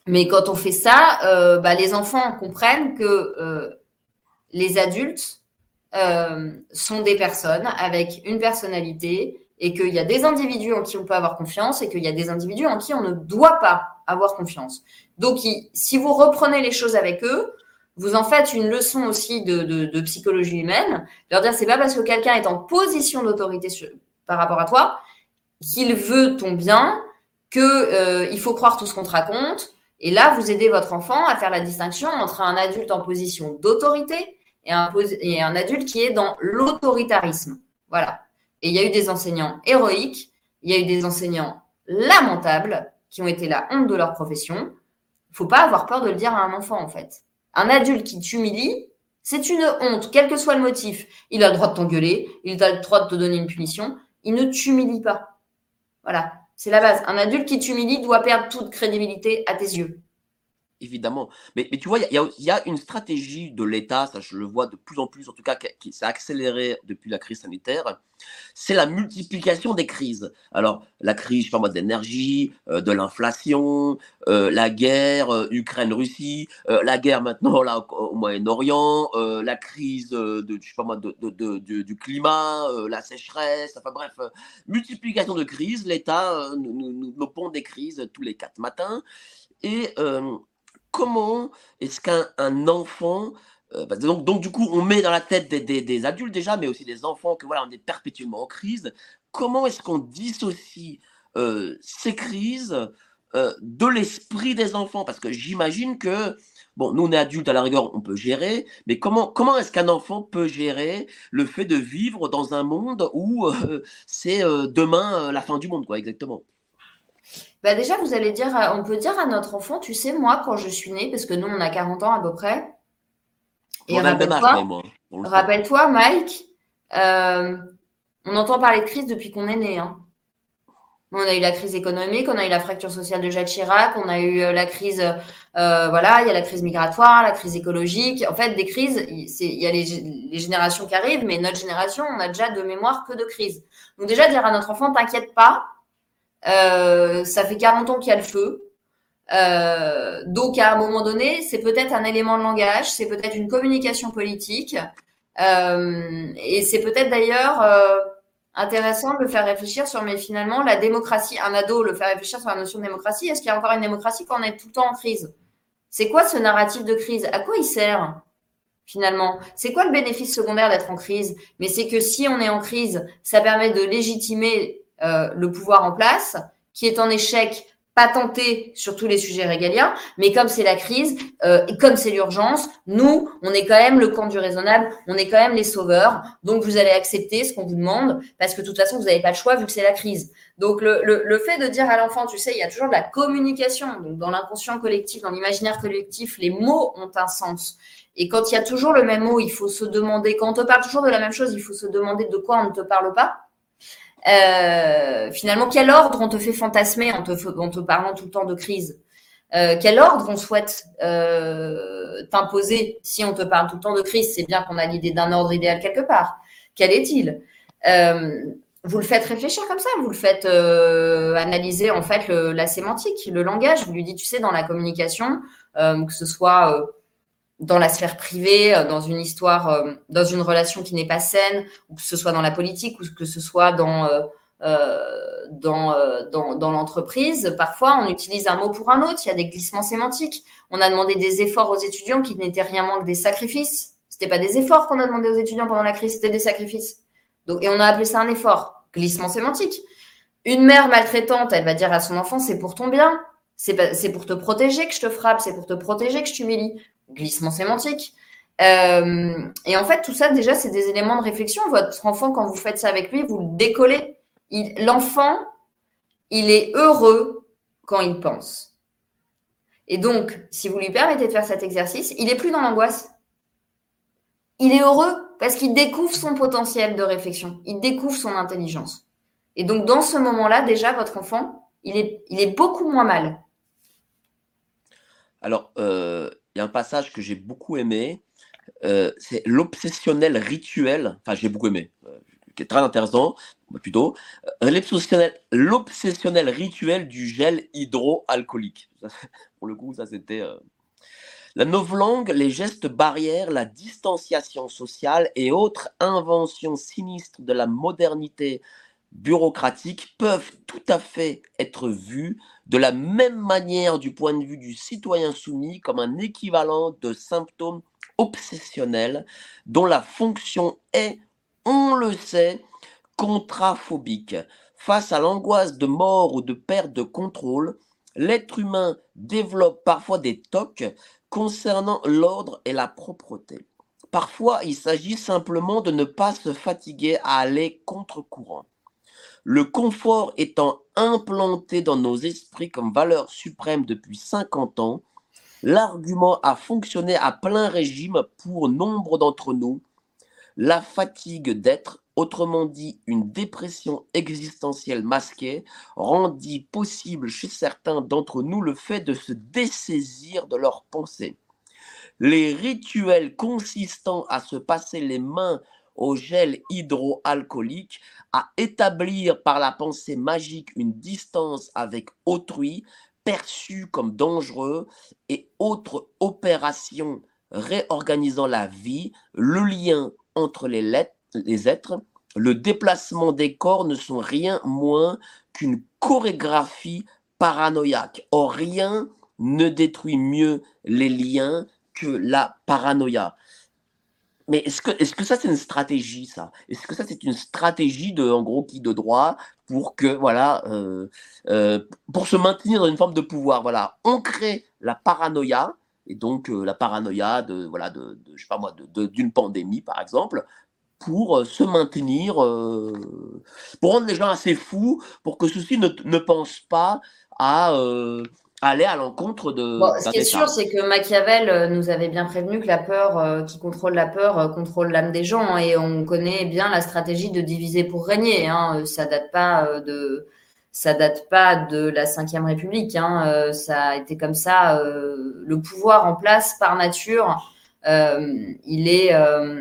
S4: Mais quand on fait ça, euh, bah, les enfants comprennent que euh, les adultes euh, sont des personnes avec une personnalité et qu'il y a des individus en qui on peut avoir confiance et qu'il y a des individus en qui on ne doit pas avoir confiance. Donc, il, si vous reprenez les choses avec eux, vous en faites une leçon aussi de, de, de psychologie humaine. Leur dire, c'est pas parce que quelqu'un est en position d'autorité sur, par rapport à toi qu'il veut ton bien, qu'il euh, faut croire tout ce qu'on te raconte. Et là, vous aidez votre enfant à faire la distinction entre un adulte en position d'autorité et un, et un adulte qui est dans l'autoritarisme. Voilà. Et il y a eu des enseignants héroïques, il y a eu des enseignants lamentables qui ont été la honte de leur profession. Il ne faut pas avoir peur de le dire à un enfant, en fait. Un adulte qui t'humilie, c'est une honte, quel que soit le motif. Il a le droit de t'engueuler, il a le droit de te donner une punition. Il ne t'humilie pas. Voilà, c'est la base. Un adulte qui t'humilie doit perdre toute crédibilité à tes yeux.
S3: Évidemment. Mais, mais tu vois, il y, y, y a une stratégie de l'État, ça je le vois de plus en plus, en tout cas, qui, qui s'est accélérée depuis la crise sanitaire, c'est la multiplication des crises. Alors, la crise, je sais pas moi, de l'énergie, euh, de l'inflation, euh, la guerre, euh, Ukraine-Russie, euh, la guerre maintenant là au, au Moyen-Orient, euh, la crise de, de, je sais pas moi, de, de, de, de, du climat, euh, la sécheresse, enfin bref, euh, multiplication de crises. L'État euh, nous, nous, nous pond des crises tous les quatre matins. Et euh, comment est-ce qu'un un enfant, euh, bah, donc, donc du coup on met dans la tête des, des, des adultes déjà, mais aussi des enfants que voilà on est perpétuellement en crise, comment est-ce qu'on dissocie euh, ces crises euh, de l'esprit des enfants? Parce que j'imagine que, bon, nous on est adultes à la rigueur, on peut gérer, mais comment, comment est-ce qu'un enfant peut gérer le fait de vivre dans un monde où euh, c'est euh, demain euh, la fin du monde, quoi, exactement?
S4: Bah déjà, vous allez dire, on peut dire à notre enfant, tu sais, moi, quand je suis née, parce que nous, on a quarante ans à peu près, et
S3: On a le même âge, toi et
S4: rappelle-toi,
S3: moi. On le sait.
S4: rappelle-toi, Mike, euh, on entend parler de crise depuis qu'on est né. Hein. On a eu la crise économique, on a eu la fracture sociale de Jacques Chirac, on a eu euh, la crise, euh, voilà, il y a la crise migratoire, la crise écologique. En fait, des crises, il c'est- il y a les, les générations qui arrivent, mais notre génération, on a déjà de mémoire que de crises. Donc déjà, dire à notre enfant, t'inquiète pas, euh, ça fait quarante ans qu'il y a le feu. Euh, donc, à un moment donné, c'est peut-être un élément de langage, c'est peut-être une communication politique, euh, et c'est peut-être d'ailleurs euh, intéressant de le faire réfléchir sur, mais finalement, la démocratie, un ado, le faire réfléchir sur la notion de démocratie. Est-ce qu'il y a encore une démocratie quand on est tout le temps en crise? C'est quoi ce narratif de crise? À quoi il sert finalement? C'est quoi le bénéfice secondaire d'être en crise? Mais c'est que si on est en crise, ça permet de légitimer euh, le pouvoir en place, qui est en échec, pas tenté sur tous les sujets régaliens, mais comme c'est la crise, euh, et comme c'est l'urgence, nous, on est quand même le camp du raisonnable, on est quand même les sauveurs, donc vous allez accepter ce qu'on vous demande, parce que de toute façon, vous n'avez pas le choix vu que c'est la crise. Donc le, le, le fait de dire à l'enfant, tu sais, il y a toujours de la communication, donc dans l'inconscient collectif, dans l'imaginaire collectif, les mots ont un sens. Et quand il y a toujours le même mot, il faut se demander, quand on te parle toujours de la même chose, il faut se demander de quoi on ne te parle pas. Euh, finalement, quel ordre on te fait fantasmer en te, en te parlant tout le temps de crise? euh, Quel ordre on souhaite euh, t'imposer si on te parle tout le temps de crise? C'est bien qu'on a l'idée d'un ordre idéal quelque part. Quel est-il? euh, Vous le faites réfléchir comme ça, vous le faites euh, analyser en fait le, la sémantique, le langage. Vous lui dites, tu sais, dans la communication, euh, que ce soit euh, dans la sphère privée, dans une histoire, euh, dans une relation qui n'est pas saine, ou que ce soit dans la politique, ou que ce soit dans, euh, euh, dans, euh, dans, dans l'entreprise, parfois on utilise un mot pour un autre, il y a des glissements sémantiques. On a demandé des efforts aux étudiants qui n'étaient rien moins que des sacrifices. C'était pas des efforts qu'on a demandé aux étudiants pendant la crise, c'était des sacrifices. Donc, et on a appelé ça un effort, glissement sémantique. Une mère maltraitante, elle va dire à son enfant, c'est pour ton bien, c'est, c'est pour te protéger que je te frappe, c'est pour te protéger que je t'humilie. Glissement sémantique. Euh, et en fait, tout ça, déjà, c'est des éléments de réflexion. Votre enfant, quand vous faites ça avec lui, vous le décollez. Il, l'enfant, il est heureux quand il pense. Et donc, si vous lui permettez de faire cet exercice, il n'est plus dans l'angoisse. Il est heureux parce qu'il découvre son potentiel de réflexion. Il découvre son intelligence. Et donc, dans ce moment-là, déjà, votre enfant, il est, il est beaucoup moins mal.
S3: Alors, euh, il y a un passage que j'ai beaucoup aimé, euh, c'est l'obsessionnel rituel. Enfin, j'ai beaucoup aimé. Euh, qui est très intéressant, plutôt, euh, l'obsessionnel, l'obsessionnel rituel du gel hydroalcoolique. Ça, pour le coup, ça c'était... Euh... La novlangue, les gestes barrières, la distanciation sociale et autres inventions sinistres de la modernité bureaucratiques peuvent tout à fait être vus de la même manière du point de vue du citoyen soumis comme un équivalent de symptômes obsessionnels dont la fonction est, on le sait, contraphobique. Face à l'angoisse de mort ou de perte de contrôle, l'être humain développe parfois des tocs concernant l'ordre et la propreté. Parfois, il s'agit simplement de ne pas se fatiguer à aller contre-courant. Le confort étant implanté dans nos esprits comme valeur suprême depuis cinquante ans, l'argument a fonctionné à plein régime pour nombre d'entre nous. La fatigue d'être, autrement dit une dépression existentielle masquée, rendit possible chez certains d'entre nous le fait de se dessaisir de leurs pensées. Les rituels consistant à se passer les mains au gel hydroalcoolique, à établir par la pensée magique une distance avec autrui, perçue comme dangereux, et autres opérations réorganisant la vie, le lien entre les, lettres, les êtres, le déplacement des corps ne sont rien moins qu'une chorégraphie paranoïaque. Or, rien ne détruit mieux les liens que la paranoïa. Mais est-ce que, est-ce que ça, c'est une stratégie, ça? Est-ce que ça, c'est une stratégie de, en gros, qui de droit pour que, voilà, euh, euh, pour se maintenir dans une forme de pouvoir, voilà. On crée la paranoïa, et donc euh, la paranoïa de, voilà, de, de, je sais pas moi, de, de, d'une pandémie, par exemple, pour euh, se maintenir, euh, pour rendre les gens assez fous, pour que ceux-ci ne, ne pensent pas à... Euh, aller à l'encontre de...
S4: Bon, ce qui est sûr, c'est que Machiavel nous avait bien prévenu que la peur, euh, qui contrôle la peur, euh, contrôle l'âme des gens, hein, et on connaît bien la stratégie de diviser pour régner. Hein. Ça date pas euh, de, ça date pas de la Cinquième République. Hein. Euh, ça a été comme ça. Euh, le pouvoir en place par nature, euh, il est, euh,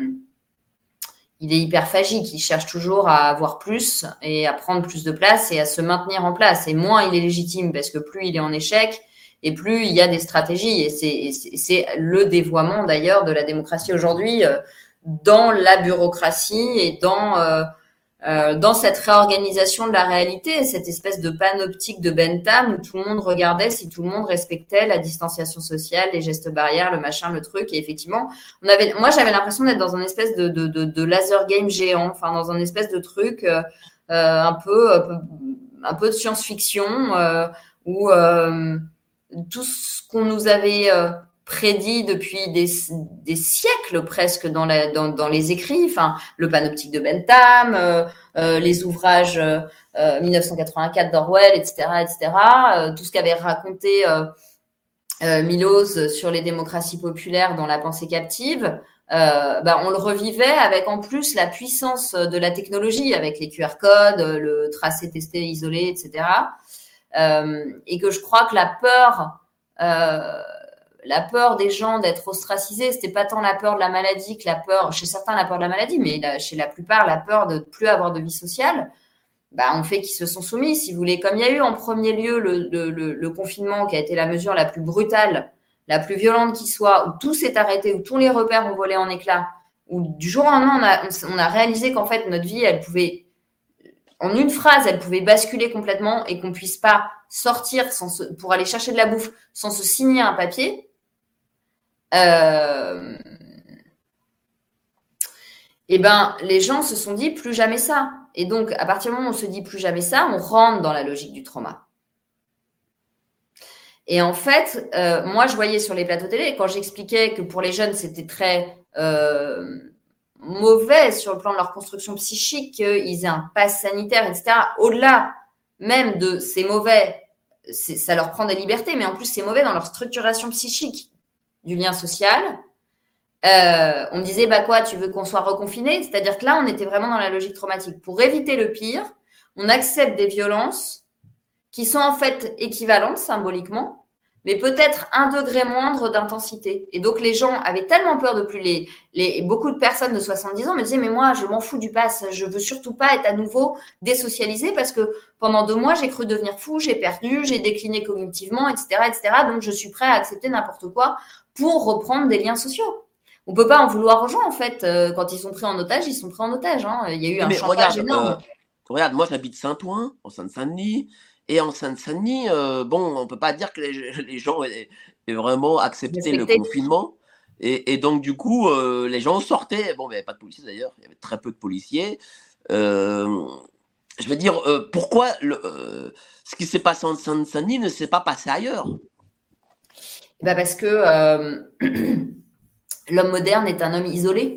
S4: il est hyperphagique. Il cherche toujours à avoir plus et à prendre plus de place et à se maintenir en place. Et moins il est légitime, parce que plus il est en échec, et plus il y a des stratégies. Et c'est, et c'est le dévoiement d'ailleurs de la démocratie aujourd'hui euh, dans la bureaucratie et dans, euh, euh, dans cette réorganisation de la réalité, cette espèce de panoptique de Bentham où tout le monde regardait si tout le monde respectait la distanciation sociale, les gestes barrières, le machin, le truc. Et effectivement, on avait, moi j'avais l'impression d'être dans un espèce de, de, de, de laser game géant, enfin dans un espèce de truc euh, euh, un peu, un peu de science-fiction euh, où euh, tout ce qu'on nous avait euh, prédit depuis des, des siècles presque dans, la, dans, dans les écrits, enfin le panoptique de Bentham, euh, euh, les ouvrages euh, euh, mille neuf cent quatre-vingt-quatre d'Orwell, et cetera, et cetera, euh, tout ce qu'avait raconté euh, euh, Milosz sur les démocraties populaires dans La pensée captive, euh, bah, on le revivait avec en plus la puissance de la technologie, avec les Q R codes, le tracé, testé, isolé, et cetera. Euh, et que je crois que la peur, euh, la peur des gens d'être ostracisés, c'était pas tant la peur de la maladie que la peur, chez certains la peur de la maladie, mais la, chez la plupart la peur de ne plus avoir de vie sociale. Bah, on fait qu'ils se sont soumis, si vous voulez. Comme il y a eu en premier lieu le, le, le, le confinement qui a été la mesure la plus brutale, la plus violente qui soit, où tout s'est arrêté, où tous les repères ont volé en éclats, où du jour au lendemain on a, on a réalisé qu'en fait notre vie, elle pouvait en une phrase, elle pouvait basculer complètement et qu'on ne puisse pas sortir sans se, pour aller chercher de la bouffe sans se signer un papier. Euh, et ben, les gens se sont dit plus jamais ça. Et donc, à partir du moment où on se dit plus jamais ça, on rentre dans la logique du trauma. Et en fait, euh, moi, je voyais sur les plateaux télé, quand j'expliquais que pour les jeunes, c'était très... Euh, mauvais sur le plan de leur construction psychique, qu'ils aient un pass sanitaire, et cetera. Au-delà même de c'est mauvais, c'est, ça leur prend des libertés, mais en plus c'est mauvais dans leur structuration psychique du lien social. Euh, on me disait, bah quoi, tu veux qu'on soit reconfiné? C'est-à-dire que là, on était vraiment dans la logique traumatique. Pour éviter le pire, on accepte des violences qui sont en fait équivalentes symboliquement, mais peut-être un degré moindre d'intensité. Et donc, les gens avaient tellement peur de plus les, les, beaucoup de personnes de soixante-dix ans me disaient, mais moi, je m'en fous du pass. Je veux surtout pas être à nouveau désocialisé parce que pendant deux mois, j'ai cru devenir fou, j'ai perdu, j'ai décliné cognitivement, et cetera, et cetera. Donc, je suis prêt à accepter n'importe quoi pour reprendre des liens sociaux. On peut pas en vouloir aux gens, en fait. Quand ils sont pris en otage, ils sont pris en otage. Hein. Il y a eu un
S3: mais
S4: chantage
S3: regarde,
S4: énorme.
S3: Euh, regarde, moi, j'habite Saint-Ouen, en Seine-Saint-Denis. Et en Seine-Saint-Denis, euh, bon, on peut pas dire que les, les gens aient, aient vraiment accepté
S4: Respecté.
S3: le confinement. Et, et donc, du coup, euh, les gens sortaient. Bon, il n'y avait pas de policiers d'ailleurs, il y avait très peu de policiers. Euh, je veux dire, euh, pourquoi le, euh, ce qui s'est passé en Seine-Saint-Denis ne s'est pas passé ailleurs?
S4: Bah parce que euh, l'homme moderne est un homme isolé.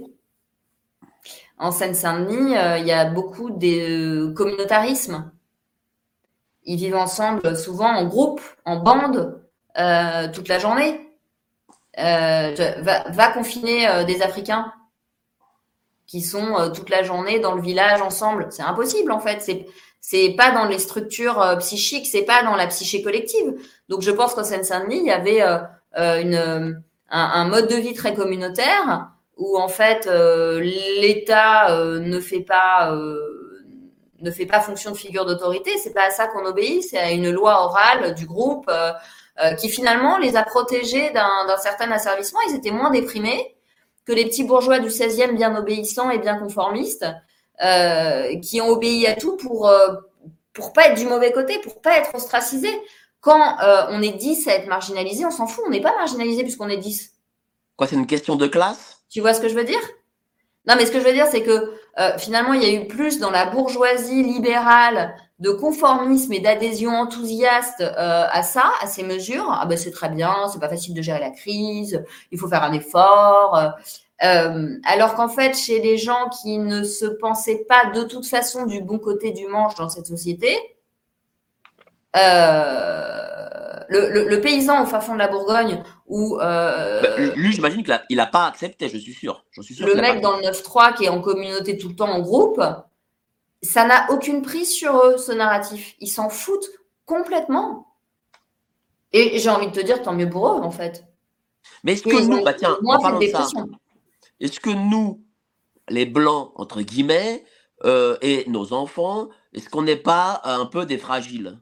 S4: En Seine-Saint-Denis, euh, il y a beaucoup de communautarisme. Ils vivent ensemble, souvent en groupe, en bande, euh, toute la journée. Euh, va, va confiner euh, des Africains qui sont euh, toute la journée dans le village ensemble. C'est impossible, en fait. C'est, c'est pas dans les structures euh, psychiques, c'est pas dans la psyché collective. Donc, je pense qu'en Seine-Saint-Denis, il y avait euh, euh, une, un, un mode de vie très communautaire où, en fait, euh, l'État euh, ne fait pas... Euh, ne fait pas fonction de figure d'autorité, c'est pas à ça qu'on obéit, c'est à une loi orale du groupe euh, euh, qui finalement les a protégés d'un, d'un certain asservissement. Ils étaient moins déprimés que les petits bourgeois du seizième bien obéissants et bien conformistes euh, qui ont obéi à tout pour euh, pour pas être du mauvais côté, pour pas être ostracisés. Quand euh, on est dix à être marginalisé, on s'en fout, on n'est pas marginalisé puisqu'on est dix.
S3: Quoi, c'est une question de classe?
S4: Tu vois ce que je veux dire? Non, mais ce que je veux dire, c'est que euh, finalement, il y a eu plus dans la bourgeoisie libérale de conformisme et d'adhésion enthousiaste euh, à ça, à ces mesures. Ah ben c'est très bien, c'est pas facile de gérer la crise, il faut faire un effort. Euh, euh, alors qu'en fait, chez les gens qui ne se pensaient pas de toute façon du bon côté du manche dans cette société, euh, le, le, le paysan au fin fond de la Bourgogne où euh,
S3: bah, lui, j'imagine qu'il a, il a pas accepté, je suis sûr. Je suis sûr
S4: le
S3: qu'il a
S4: mec
S3: pas
S4: dans le neuf trois qui est en communauté tout le temps en groupe, ça n'a aucune prise sur eux, ce narratif. Ils s'en foutent complètement. Et j'ai envie de te dire, tant mieux pour eux, en fait.
S3: Mais est-ce que nous, bah tiens, en parlant de ça,
S4: dépression.
S3: est-ce que nous, les blancs, entre guillemets, euh, et nos enfants, est-ce qu'on n'est pas un peu des fragiles?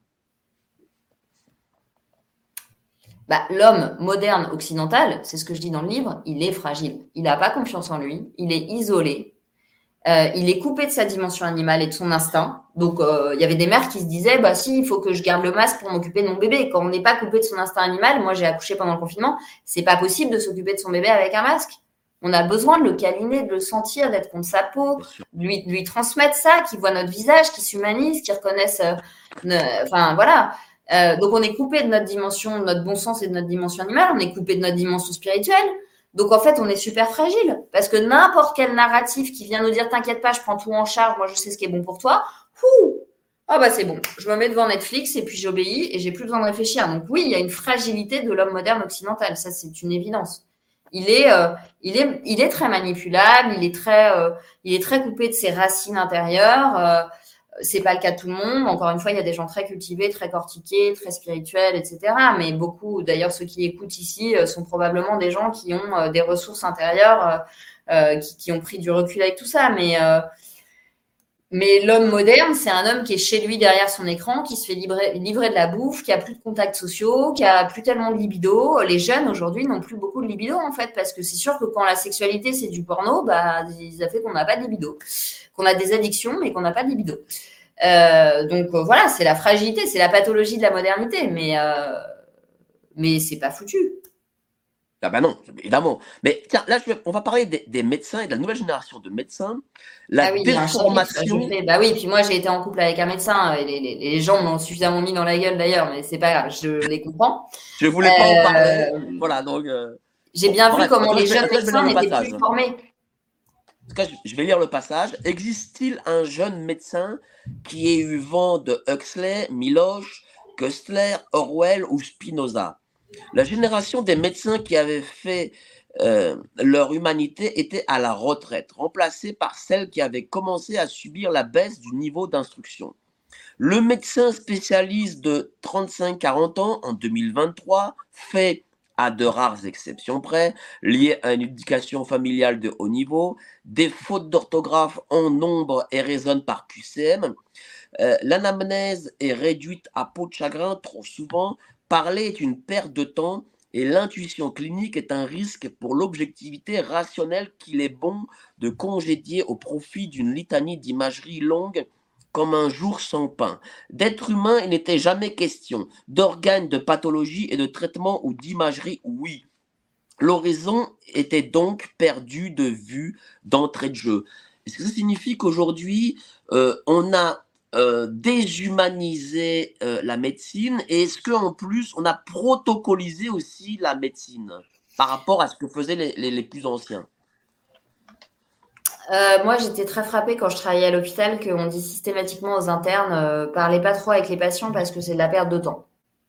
S4: Bah, l'homme moderne occidental, c'est ce que je dis dans le livre, il est fragile. Il n'a pas confiance en lui, il est isolé, euh, il est coupé de sa dimension animale et de son instinct. Donc, euh, il y avait des mères qui se disaient, bah si, il faut que je garde le masque pour m'occuper de mon bébé. Quand on n'est pas coupé de son instinct animal, moi j'ai accouché pendant le confinement, c'est pas possible de s'occuper de son bébé avec un masque. On a besoin de le câliner, de le sentir, d'être contre sa peau, de lui, de lui transmettre ça, qu'il voit notre visage, qu'il s'humanise, qu'il reconnaisse... Euh, ne, enfin, voilà. Euh, donc, on est coupé de notre dimension, de notre bon sens et de notre dimension animale. On est coupé de notre dimension spirituelle. Donc, en fait, on est super fragile. Parce que n'importe quel narratif qui vient nous dire « T'inquiète pas, je prends tout en charge, moi, je sais ce qui est bon pour toi. » Ouh, ah bah c'est bon. Je me mets devant Netflix et puis j'obéis et j'ai plus besoin de réfléchir. Donc, oui, il y a une fragilité de l'homme moderne occidental. Ça, c'est une évidence. Il est, euh, il est, il est très manipulable. Il est très, euh, il est très coupé de ses racines intérieures. Euh, c'est pas le cas de tout le monde. Encore une fois, il y a des gens très cultivés, très cortiqués, très spirituels, et cetera. Mais beaucoup, d'ailleurs, ceux qui écoutent ici sont probablement des gens qui ont euh, des ressources intérieures, euh, qui, qui ont pris du recul avec tout ça. Mais, euh, mais l'homme moderne, c'est un homme qui est chez lui derrière son écran, qui se fait livrer, livrer de la bouffe, qui a plus de contacts sociaux, qui a plus tellement de libido. Les jeunes aujourd'hui n'ont plus beaucoup de libido en fait, parce que c'est sûr que quand la sexualité c'est du porno, bah ça fait qu'on n'a pas de libido, qu'on a des addictions mais qu'on n'a pas de libido. Euh, donc euh, voilà, c'est la fragilité, c'est la pathologie de la modernité, mais euh, mais c'est pas foutu.
S3: Ah ben non, évidemment. Mais tiens, là, je vais, on va parler des, des médecins et de la nouvelle génération de médecins. La
S4: ah oui,
S3: déformation.
S4: Bah oui, puis moi, j'ai été en couple avec un médecin. Et les, les, les gens m'ont suffisamment mis dans la gueule d'ailleurs, mais c'est pas grave, je les comprends.
S3: Je voulais
S4: euh,
S3: pas en parler. Voilà, donc. Euh...
S4: J'ai bien
S3: Bref,
S4: vu comment les jeunes
S3: vais,
S4: médecins n'étaient plus formés.
S3: En tout cas, je vais lire le passage. Existe-t-il un jeune médecin qui ait eu vent de Huxley, Miloche, Köstler, Orwell ou Spinoza? La génération des médecins qui avaient fait euh, leur humanité était à la retraite, remplacée par celle qui avait commencé à subir la baisse du niveau d'instruction. Le médecin spécialiste de trente-cinq à quarante ans en deux mille vingt-trois fait, à de rares exceptions près, liées à une éducation familiale de haut niveau, des fautes d'orthographe en nombre et raisonnent par Q C M. Euh, l'anamnèse est réduite à peau de chagrin trop souvent. Parler est une perte de temps et l'intuition clinique est un risque pour l'objectivité rationnelle qu'il est bon de congédier au profit d'une litanie d'imagerie longue comme un jour sans pain. D'être humain, il n'était jamais question. D'organes, de pathologie et de traitement ou d'imagerie, oui. L'horizon était donc perdu de vue d'entrée de jeu. Est-ce que ça signifie qu'aujourd'hui, euh, on a euh, déshumanisé euh, la médecine et est-ce qu'en plus, on a protocolisé aussi la médecine par rapport à ce que faisaient les, les, les plus anciens?
S4: Euh, moi, j'étais très frappée quand je travaillais à l'hôpital qu'on dit systématiquement aux internes euh, parlez pas trop avec les patients parce que c'est de la perte de temps.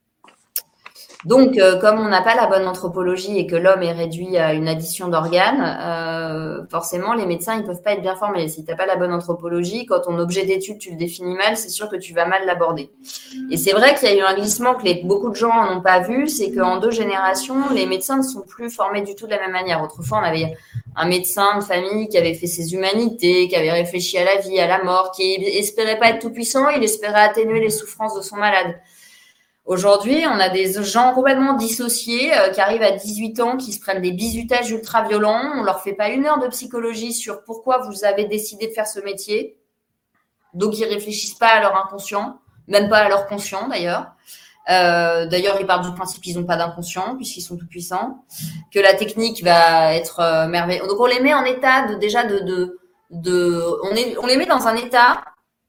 S4: Donc, euh, comme on n'a pas la bonne anthropologie et que l'homme est réduit à une addition d'organes, euh, forcément, les médecins, ils peuvent pas être bien formés. Si tu n'as pas la bonne anthropologie, quand ton objet d'étude, tu le définis mal, c'est sûr que tu vas mal l'aborder. Et c'est vrai qu'il y a eu un glissement que les, beaucoup de gens n'ont pas vu, c'est qu'en deux générations, les médecins ne sont plus formés du tout de la même manière. Autrefois, on avait un médecin de famille qui avait fait ses humanités, qui avait réfléchi à la vie, à la mort, qui espérait pas être tout puissant, il espérait atténuer les souffrances de son malade. Aujourd'hui, on a des gens complètement dissociés euh, qui arrivent à dix-huit ans, qui se prennent des bizutages ultra violents. On leur fait pas une heure de psychologie sur pourquoi vous avez décidé de faire ce métier. Donc, ils réfléchissent pas à leur inconscient, même pas à leur conscient d'ailleurs. Euh, d'ailleurs, ils partent du principe qu'ils n'ont pas d'inconscient puisqu'ils sont tout puissants, que la technique va être euh, merveilleuse. Donc, on les met en état de déjà de de de, on est on les met dans un état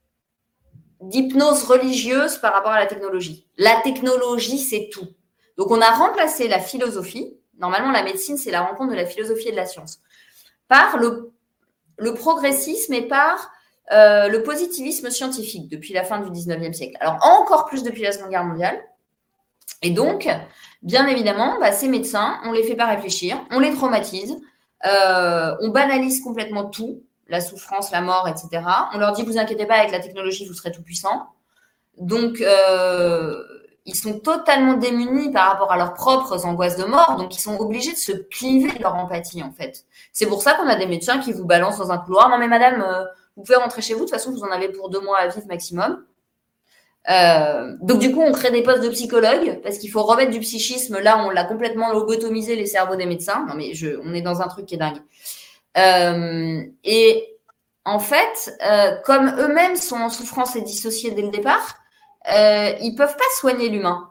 S4: d'hypnose religieuse par rapport à la technologie. La technologie, c'est tout. Donc, on a remplacé la philosophie. Normalement, la médecine, c'est la rencontre de la philosophie et de la science. Par le, le progressisme et par euh, le positivisme scientifique depuis la fin du dix-neuvième siècle. Alors, encore plus depuis la Seconde Guerre mondiale. Et donc, bien évidemment, bah, ces médecins, on les fait pas réfléchir, on les traumatise, euh, on banalise complètement tout. La souffrance, la mort, et cetera. On leur dit, vous inquiétez pas, avec la technologie, vous serez tout puissant. Donc, euh, ils sont totalement démunis par rapport à leurs propres angoisses de mort. Donc, ils sont obligés de se cliver de leur empathie, en fait. C'est pour ça qu'on a des médecins qui vous balancent dans un couloir. Non, mais madame, euh, vous pouvez rentrer chez vous. De toute façon, vous en avez pour deux mois à vivre maximum. Euh, donc, du coup, on crée des postes de psychologues parce qu'il faut remettre du psychisme. Là, on l'a complètement lobotomisé, les cerveaux des médecins. Non, mais je, on est dans un truc qui est dingue. Euh, et en fait, euh, comme eux-mêmes sont en souffrance et dissociés dès le départ, euh, ils peuvent pas soigner l'humain.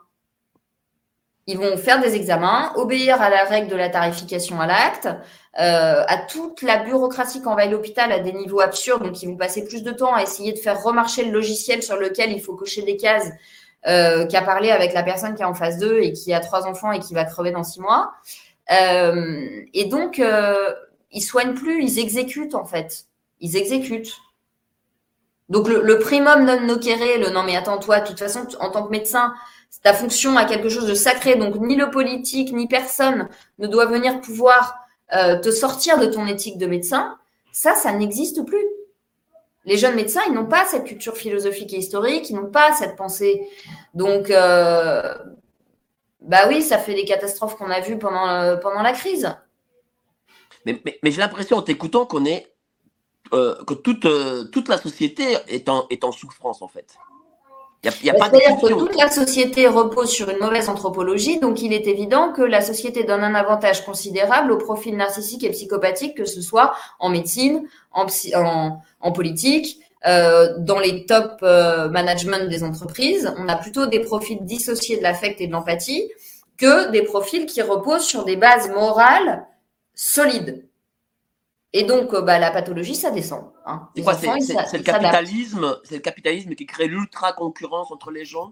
S4: Ils vont faire des examens, obéir à la règle de la tarification à l'acte, euh, à toute la bureaucratie qu'envahit l'hôpital à des niveaux absurdes. Donc, ils vont passer plus de temps à essayer de faire remarcher le logiciel sur lequel il faut cocher des cases euh, qu'à parler avec la personne qui est en face d'eux et qui a trois enfants et qui va crever dans six mois. Euh, et donc, euh, ils soignent plus, ils exécutent en fait. Ils exécutent. Donc le, le primum non nocere, le non mais attends toi, de toute façon en tant que médecin, ta fonction a quelque chose de sacré, donc ni le politique ni personne ne doit venir pouvoir euh, te sortir de ton éthique de médecin. Ça, ça n'existe plus. Les jeunes médecins, ils n'ont pas cette culture philosophique et historique, ils n'ont pas cette pensée. Donc, euh, bah oui, ça fait des catastrophes qu'on a vues pendant euh, pendant la crise.
S3: Mais, mais, mais j'ai l'impression en t'écoutant qu'on est euh, que toute, euh, toute la société est en, est en souffrance en fait. Il y a, y a pas
S4: C'est-à-dire que toute la société repose sur une mauvaise anthropologie, donc il est évident que la société donne un avantage considérable aux profils narcissiques et psychopathiques, que ce soit en médecine, en, psy, en, en politique, euh, dans les top euh, management des entreprises. On a plutôt des profils dissociés de l'affect et de l'empathie que des profils qui reposent sur des bases morales solide. Et donc, bah, la pathologie, ça descend. Hein.
S3: C'est quoi, c'est, c'est, ça, c'est le capitalisme, c'est le capitalisme qui crée l'ultra-concurrence entre les gens?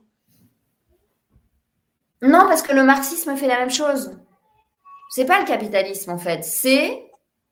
S4: Non, parce que le marxisme fait la même chose. C'est pas le capitalisme, en fait. C'est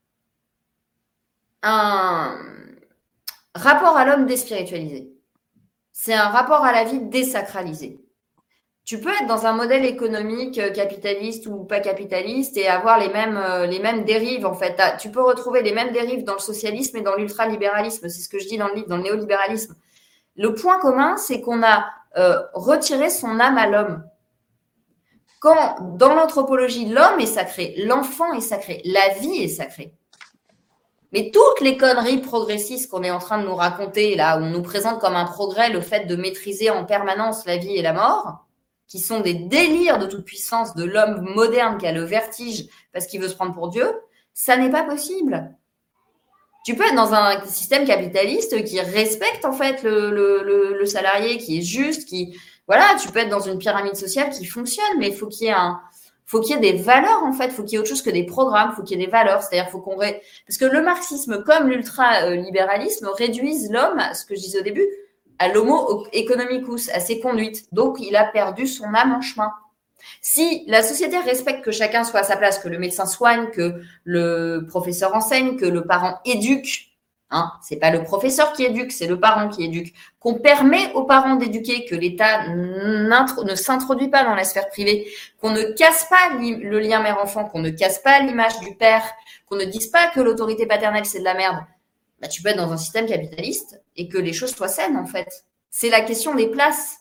S4: un rapport à l'homme déspiritualisé. C'est un rapport à la vie désacralisé. Tu peux être dans un modèle économique capitaliste ou pas capitaliste et avoir les mêmes, les mêmes dérives, en fait. Tu peux retrouver les mêmes dérives dans le socialisme et dans l'ultralibéralisme. C'est ce que je dis dans le livre, dans le néolibéralisme. Le point commun, c'est qu'on a euh, retiré son âme à l'homme. Quand, dans l'anthropologie, l'homme est sacré, l'enfant est sacré, la vie est sacrée. Mais toutes les conneries progressistes qu'on est en train de nous raconter, là, où on nous présente comme un progrès le fait de maîtriser en permanence la vie et la mort, qui sont des délires de toute puissance de l'homme moderne qui a le vertige parce qu'il veut se prendre pour Dieu, ça n'est pas possible. Tu peux être dans un système capitaliste qui respecte en fait le, le, le, le salarié, qui est juste, qui voilà, tu peux être dans une pyramide sociale qui fonctionne, mais il faut qu'il y ait un, faut qu'il y ait des valeurs en fait, faut qu'il y ait autre chose que des programmes, faut qu'il y ait des valeurs, c'est-à-dire faut qu'on ré... parce que le marxisme comme l'ultra-libéralisme réduisent l'homme, ce que je disais au début, à l'homo economicus, à ses conduites. Donc il a perdu son âme en chemin. Si la société respecte que chacun soit à sa place, que le médecin soigne, que le professeur enseigne, que le parent éduque, hein, c'est pas le professeur qui éduque, c'est le parent qui éduque, qu'on permet aux parents d'éduquer, que l'État ne s'introduit pas dans la sphère privée, qu'on ne casse pas le lien mère-enfant, qu'on ne casse pas l'image du père, qu'on ne dise pas que l'autorité paternelle c'est de la merde, bah, tu peux être dans un système capitaliste et que les choses soient saines en fait. C'est la question des places.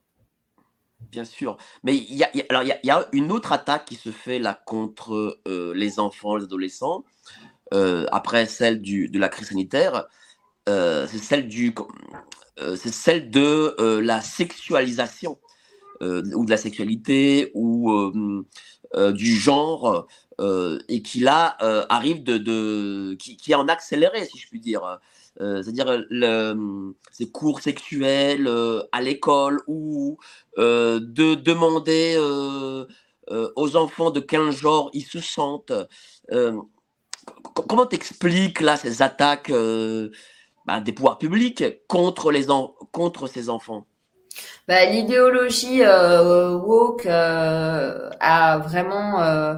S3: Bien sûr, mais il y a, y a- alors il y a, il y a une autre attaque qui se fait là contre euh, les enfants, les adolescents, euh, après celle du, de la crise sanitaire, euh, c'est celle du, euh, c'est celle de euh, la sexualisation euh, ou de la sexualité ou euh, euh, du genre euh, et qui là euh, arrive de, de qui, qui est en accéléré si je puis dire. Euh, c'est-à-dire le, ces cours sexuels euh, à l'école ou euh, de demander euh, euh, aux enfants de quel genre ils se sentent. Euh, c- comment t'expliques là ces attaques euh, bah, des pouvoirs publics contre les en- contre ces enfants?
S4: Bah, l'idéologie euh, woke euh, a vraiment euh,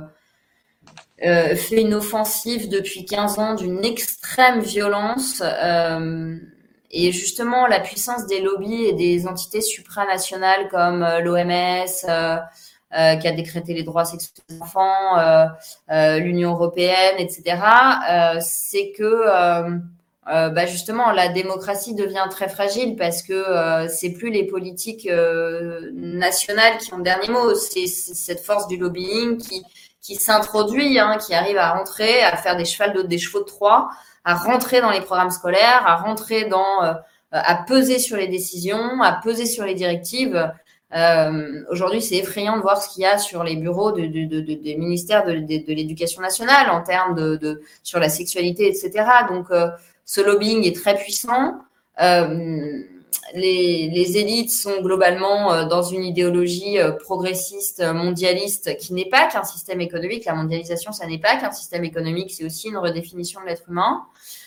S4: euh, fait une offensive depuis quinze ans d'une extrême violence. Euh, et justement, la puissance des lobbies et des entités supranationales comme euh, l'O M S, euh, euh, qui a décrété les droits sexuels des enfants, euh, euh, l'Union européenne, et cetera, euh, c'est que euh, euh, bah justement, la démocratie devient très fragile parce que euh, c'est plus les politiques euh, nationales qui ont le dernier mot, c'est c'est cette force du lobbying qui qui s'introduit, hein, qui arrive à rentrer, à faire des chevals de, des chevaux de Troie, à rentrer dans les programmes scolaires, à rentrer dans, euh, à peser sur les décisions, à peser sur les directives. Euh, aujourd'hui, c'est effrayant de voir ce qu'il y a sur les bureaux de, de, de, de- des ministères de, de, de l'éducation nationale en termes de, de sur la sexualité, et cetera. Donc, euh, ce lobbying est très puissant. Euh, les, les élites sont globalement euh, dans une idéologie euh, progressiste, euh, mondialiste, qui n'est pas qu'un système économique. La mondialisation, ça n'est pas qu'un système économique, c'est aussi une redéfinition de l'être humain.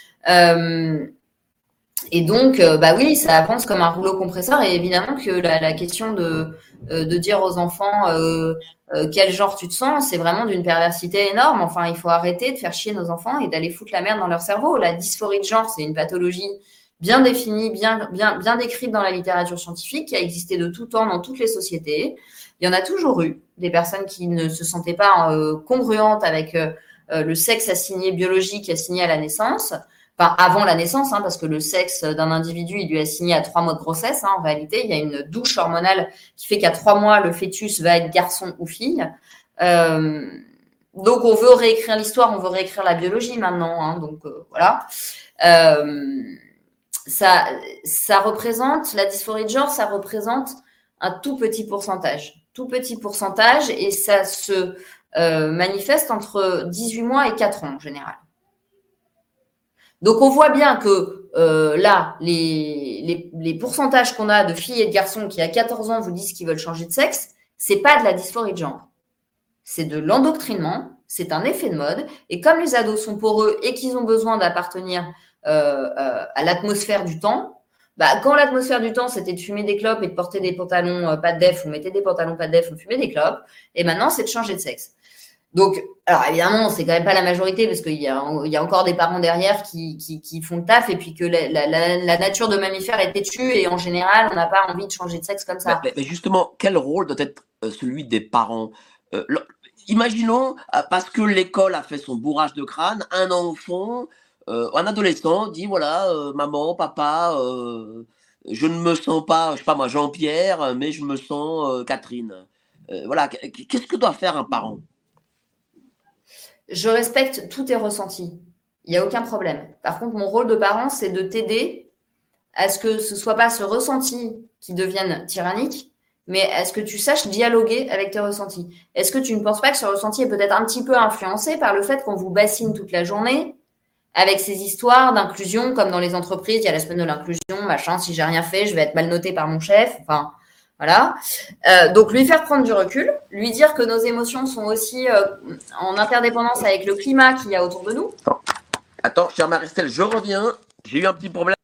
S4: Euh, et donc, euh, bah oui, ça avance comme un rouleau compresseur. Et évidemment que la, la question de, euh, de dire aux enfants euh, euh, quel genre tu te sens, c'est vraiment d'une perversité énorme. Enfin, il faut arrêter de faire chier nos enfants et d'aller foutre la merde dans leur cerveau. La dysphorie de genre, c'est une pathologie bien définie, bien, bien, bien décrite dans la littérature scientifique, qui a existé de tout temps dans toutes les sociétés. Il y en a toujours eu des personnes qui ne se sentaient pas euh, congruentes avec euh, euh, le sexe assigné biologique assigné à la naissance. Enfin, avant la naissance, hein, parce que le sexe d'un individu, il lui est assigné à trois mois de grossesse. Hein, en réalité, il y a une douche hormonale qui fait qu'à trois mois, le fœtus va être garçon ou fille. Euh, donc, on veut réécrire l'histoire, on veut réécrire la biologie maintenant. Hein, donc, euh, voilà. Euh, ça, ça représente, la dysphorie de genre, ça représente un tout petit pourcentage. Tout petit pourcentage, et ça se euh, manifeste entre dix-huit mois et quatre ans en général. Donc, on voit bien que euh, là, les, les, les pourcentages qu'on a de filles et de garçons qui, à quatorze ans, vous disent qu'ils veulent changer de sexe, c'est pas de la dysphorie de genre. C'est de l'endoctrinement, c'est un effet de mode. Et comme les ados sont poreux et qu'ils ont besoin d'appartenir euh, euh, à l'atmosphère du temps, bah, quand l'atmosphère du temps, c'était de fumer des clopes et de porter des pantalons euh, pas de def, on mettait des pantalons pas de def, on fumait des clopes. Et maintenant, c'est de changer de sexe. Donc, alors évidemment, c'est quand même pas la majorité parce qu'il y a, il y a encore des parents derrière qui, qui, qui font le taf et puis que la, la, la, la nature de mammifère est têtue et en général, on n'a pas envie de changer de sexe comme ça.
S3: Mais, mais justement, quel rôle doit être euh, celui des parents? Euh, le- Imaginons, euh, parce que l'école a fait son bourrage de crâne, un enfant, euh, un adolescent dit voilà, euh, maman, papa, euh, je ne me sens pas, je sais pas moi, Jean-Pierre, mais je me sens euh, Catherine. Euh, voilà, qu'est-ce que doit faire un parent?
S4: Je respecte tous tes ressentis. Il n'y a aucun problème. Par contre, mon rôle de parent, c'est de t'aider à ce que ce ne soit pas ce ressenti qui devienne tyrannique, mais à ce que tu saches dialoguer avec tes ressentis. Est-ce que tu ne penses pas que ce ressenti est peut-être un petit peu influencé par le fait qu'on vous bassine toute la journée avec ces histoires d'inclusion, comme dans les entreprises, il y a la semaine de l'inclusion, machin, si j'ai rien fait, je vais être mal noté par mon chef, enfin, voilà. Euh, donc, lui faire prendre du recul, lui dire que nos émotions sont aussi euh, en interdépendance avec le climat qu'il y a autour de nous.
S3: Attends, chère Marie-Estelle, je reviens. J'ai eu un petit problème.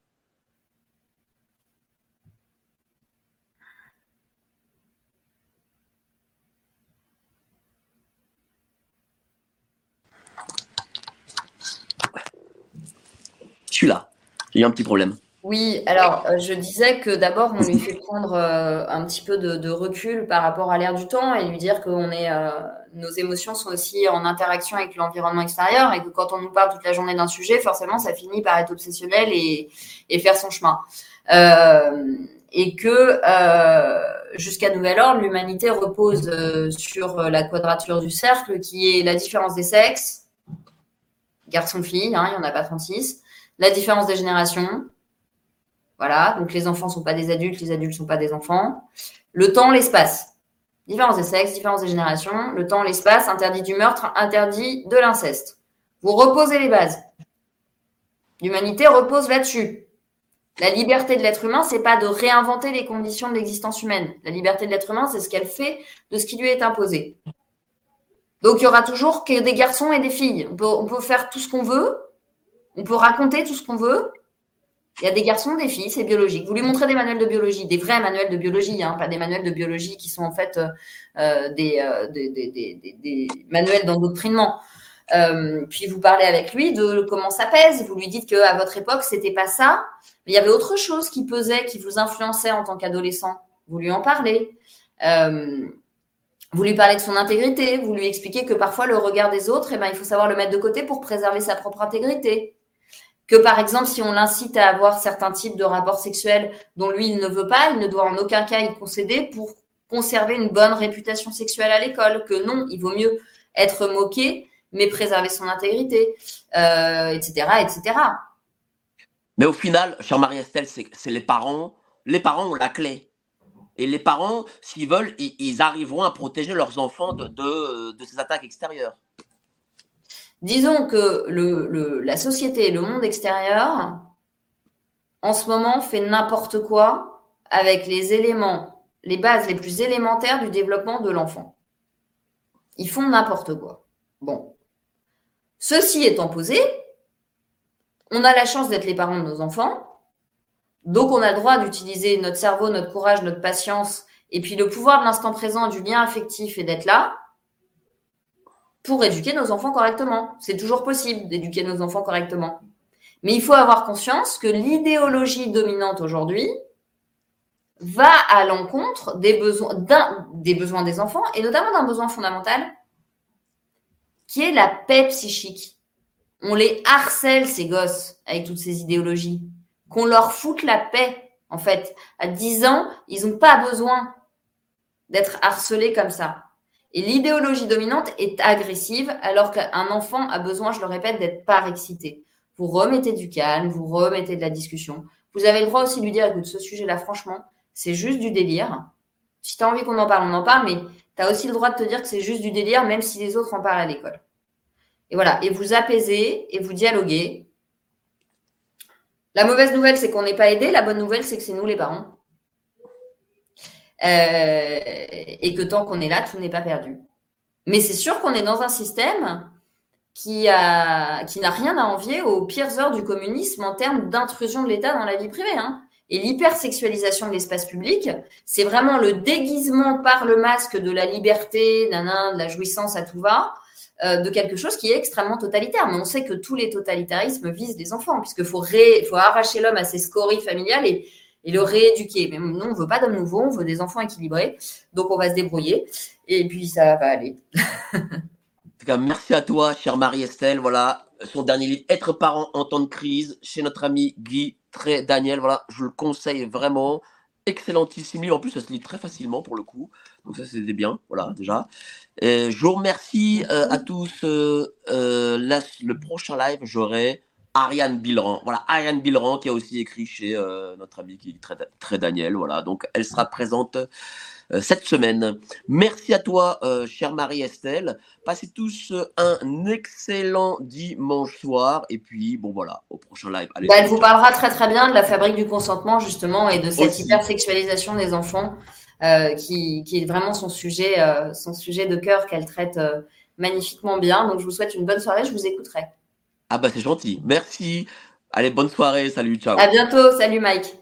S3: Je suis là. J'ai eu un petit problème.
S4: Oui, alors euh, je disais que d'abord on lui fait prendre euh, un petit peu de, de recul par rapport à l'ère du temps et lui dire que on est, euh, nos émotions sont aussi en interaction avec l'environnement extérieur et que quand on nous parle toute la journée d'un sujet, forcément ça finit par être obsessionnel et, et faire son chemin. Euh, et que euh, jusqu'à nouvel ordre, l'humanité repose euh, sur la quadrature du cercle qui est la différence des sexes, garçon-fille, hein, il n'y en a pas trente-six, la différence des générations. Voilà, donc les enfants ne sont pas des adultes, les adultes ne sont pas des enfants. Le temps, l'espace. Différence des sexes, différence des générations. Le temps, l'espace, interdit du meurtre, interdit de l'inceste. Vous reposez les bases. L'humanité repose là-dessus. La liberté de l'être humain, ce n'est pas de réinventer les conditions de l'existence humaine. La liberté de l'être humain, c'est ce qu'elle fait de ce qui lui est imposé. Donc, il y aura toujours que des garçons et des filles. On peut, on peut faire tout ce qu'on veut. On peut raconter tout ce qu'on veut. Il y a des garçons, des filles, c'est biologique. Vous lui montrez des manuels de biologie, des vrais manuels de biologie, hein, pas des manuels de biologie qui sont en fait euh, des, euh, des, des, des, des manuels d'endoctrinement. Euh, puis vous parlez avec lui de comment ça pèse. Vous lui dites qu'à votre époque, c'était pas ça. Mais il y avait autre chose qui pesait, qui vous influençait en tant qu'adolescent. Vous lui en parlez. Euh, vous lui parlez de son intégrité. Vous lui expliquez que parfois, le regard des autres, eh ben, il faut savoir le mettre de côté pour préserver sa propre intégrité. Que par exemple, si on l'incite à avoir certains types de rapports sexuels dont lui, il ne veut pas, il ne doit en aucun cas y concéder pour conserver une bonne réputation sexuelle à l'école. Que non, il vaut mieux être moqué, mais préserver son intégrité, euh, et cetera, et cetera.
S3: Mais au final, chère Marie-Estelle, c'est, c'est les parents. Les parents ont la clé. Et les parents, s'ils veulent, ils, ils arriveront à protéger leurs enfants de, de, de ces attaques extérieures.
S4: Disons que le, le, la société et le monde extérieur, en ce moment, fait n'importe quoi avec les éléments, les bases les plus élémentaires du développement de l'enfant. Ils font n'importe quoi. Bon. Ceci étant posé, on a la chance d'être les parents de nos enfants, donc on a le droit d'utiliser notre cerveau, notre courage, notre patience, et puis le pouvoir de l'instant présent, du lien affectif et d'être là, pour éduquer nos enfants correctement. C'est toujours possible d'éduquer nos enfants correctement. Mais il faut avoir conscience que l'idéologie dominante aujourd'hui va à l'encontre des besoins, d'un, des besoins des enfants, et notamment d'un besoin fondamental, qui est la paix psychique. On les harcèle, ces gosses, avec toutes ces idéologies. Qu'on leur foute la paix, en fait. À dix ans, ils n'ont pas besoin d'être harcelés comme ça. Et l'idéologie dominante est agressive, alors qu'un enfant a besoin, je le répète, d'être par excité. Vous remettez du calme, vous remettez de la discussion. Vous avez le droit aussi de lui dire, écoute, ce sujet-là, franchement, c'est juste du délire. Si tu as envie qu'on en parle, on en parle, mais tu as aussi le droit de te dire que c'est juste du délire, même si les autres en parlent à l'école. Et voilà, et vous apaisez et vous dialoguez. La mauvaise nouvelle, c'est qu'on n'est pas aidé. La bonne nouvelle, c'est que c'est nous les parents. Euh, et que tant qu'on est là, tout n'est pas perdu. Mais c'est sûr qu'on est dans un système qui, a, qui n'a rien à envier aux pires heures du communisme en termes d'intrusion de l'État dans la vie privée. Hein. Et l'hypersexualisation de l'espace public, c'est vraiment le déguisement par le masque de la liberté, nanan, de la jouissance à tout va, euh, de quelque chose qui est extrêmement totalitaire. Mais on sait que tous les totalitarismes visent les enfants, puisqu'il faut, ré, faut arracher l'homme à ses scories familiales et et le rééduquer. Mais nous, on ne veut pas d'hommes nouveaux, on veut des enfants équilibrés. Donc, on va se débrouiller. Et puis, ça va aller.
S3: En tout cas, merci à toi, chère Marie-Estelle. Voilà, son dernier livre, Être parent en temps de crise, chez notre ami Guy très Daniel. Voilà, je le conseille vraiment. Excellentissime livre. En plus, ça se lit très facilement pour le coup. Donc ça, c'était bien. Voilà, déjà. Euh, je vous remercie euh, à tous. Euh, euh, là, le prochain live, j'aurai Ariane Bilran. Voilà, Ariane Bilran qui a aussi écrit chez euh, notre ami qui est très, très Daniel. Voilà, donc elle sera présente euh, cette semaine. Merci à toi, euh, chère Marie-Estelle. Passez tous un excellent dimanche soir. Et puis, bon, voilà, au prochain live. Allez,
S4: bah, elle vous parlera très très bien de la fabrique du consentement, justement, et de cette
S3: aussi.
S4: hypersexualisation des enfants, euh, qui, qui est vraiment son sujet, euh, son sujet de cœur qu'elle traite euh, magnifiquement bien. Donc, je vous souhaite une bonne soirée. Je vous écouterai.
S3: Ah bah c'est gentil. Merci. Allez, bonne soirée. Salut, ciao.
S4: À bientôt. Salut, Mike.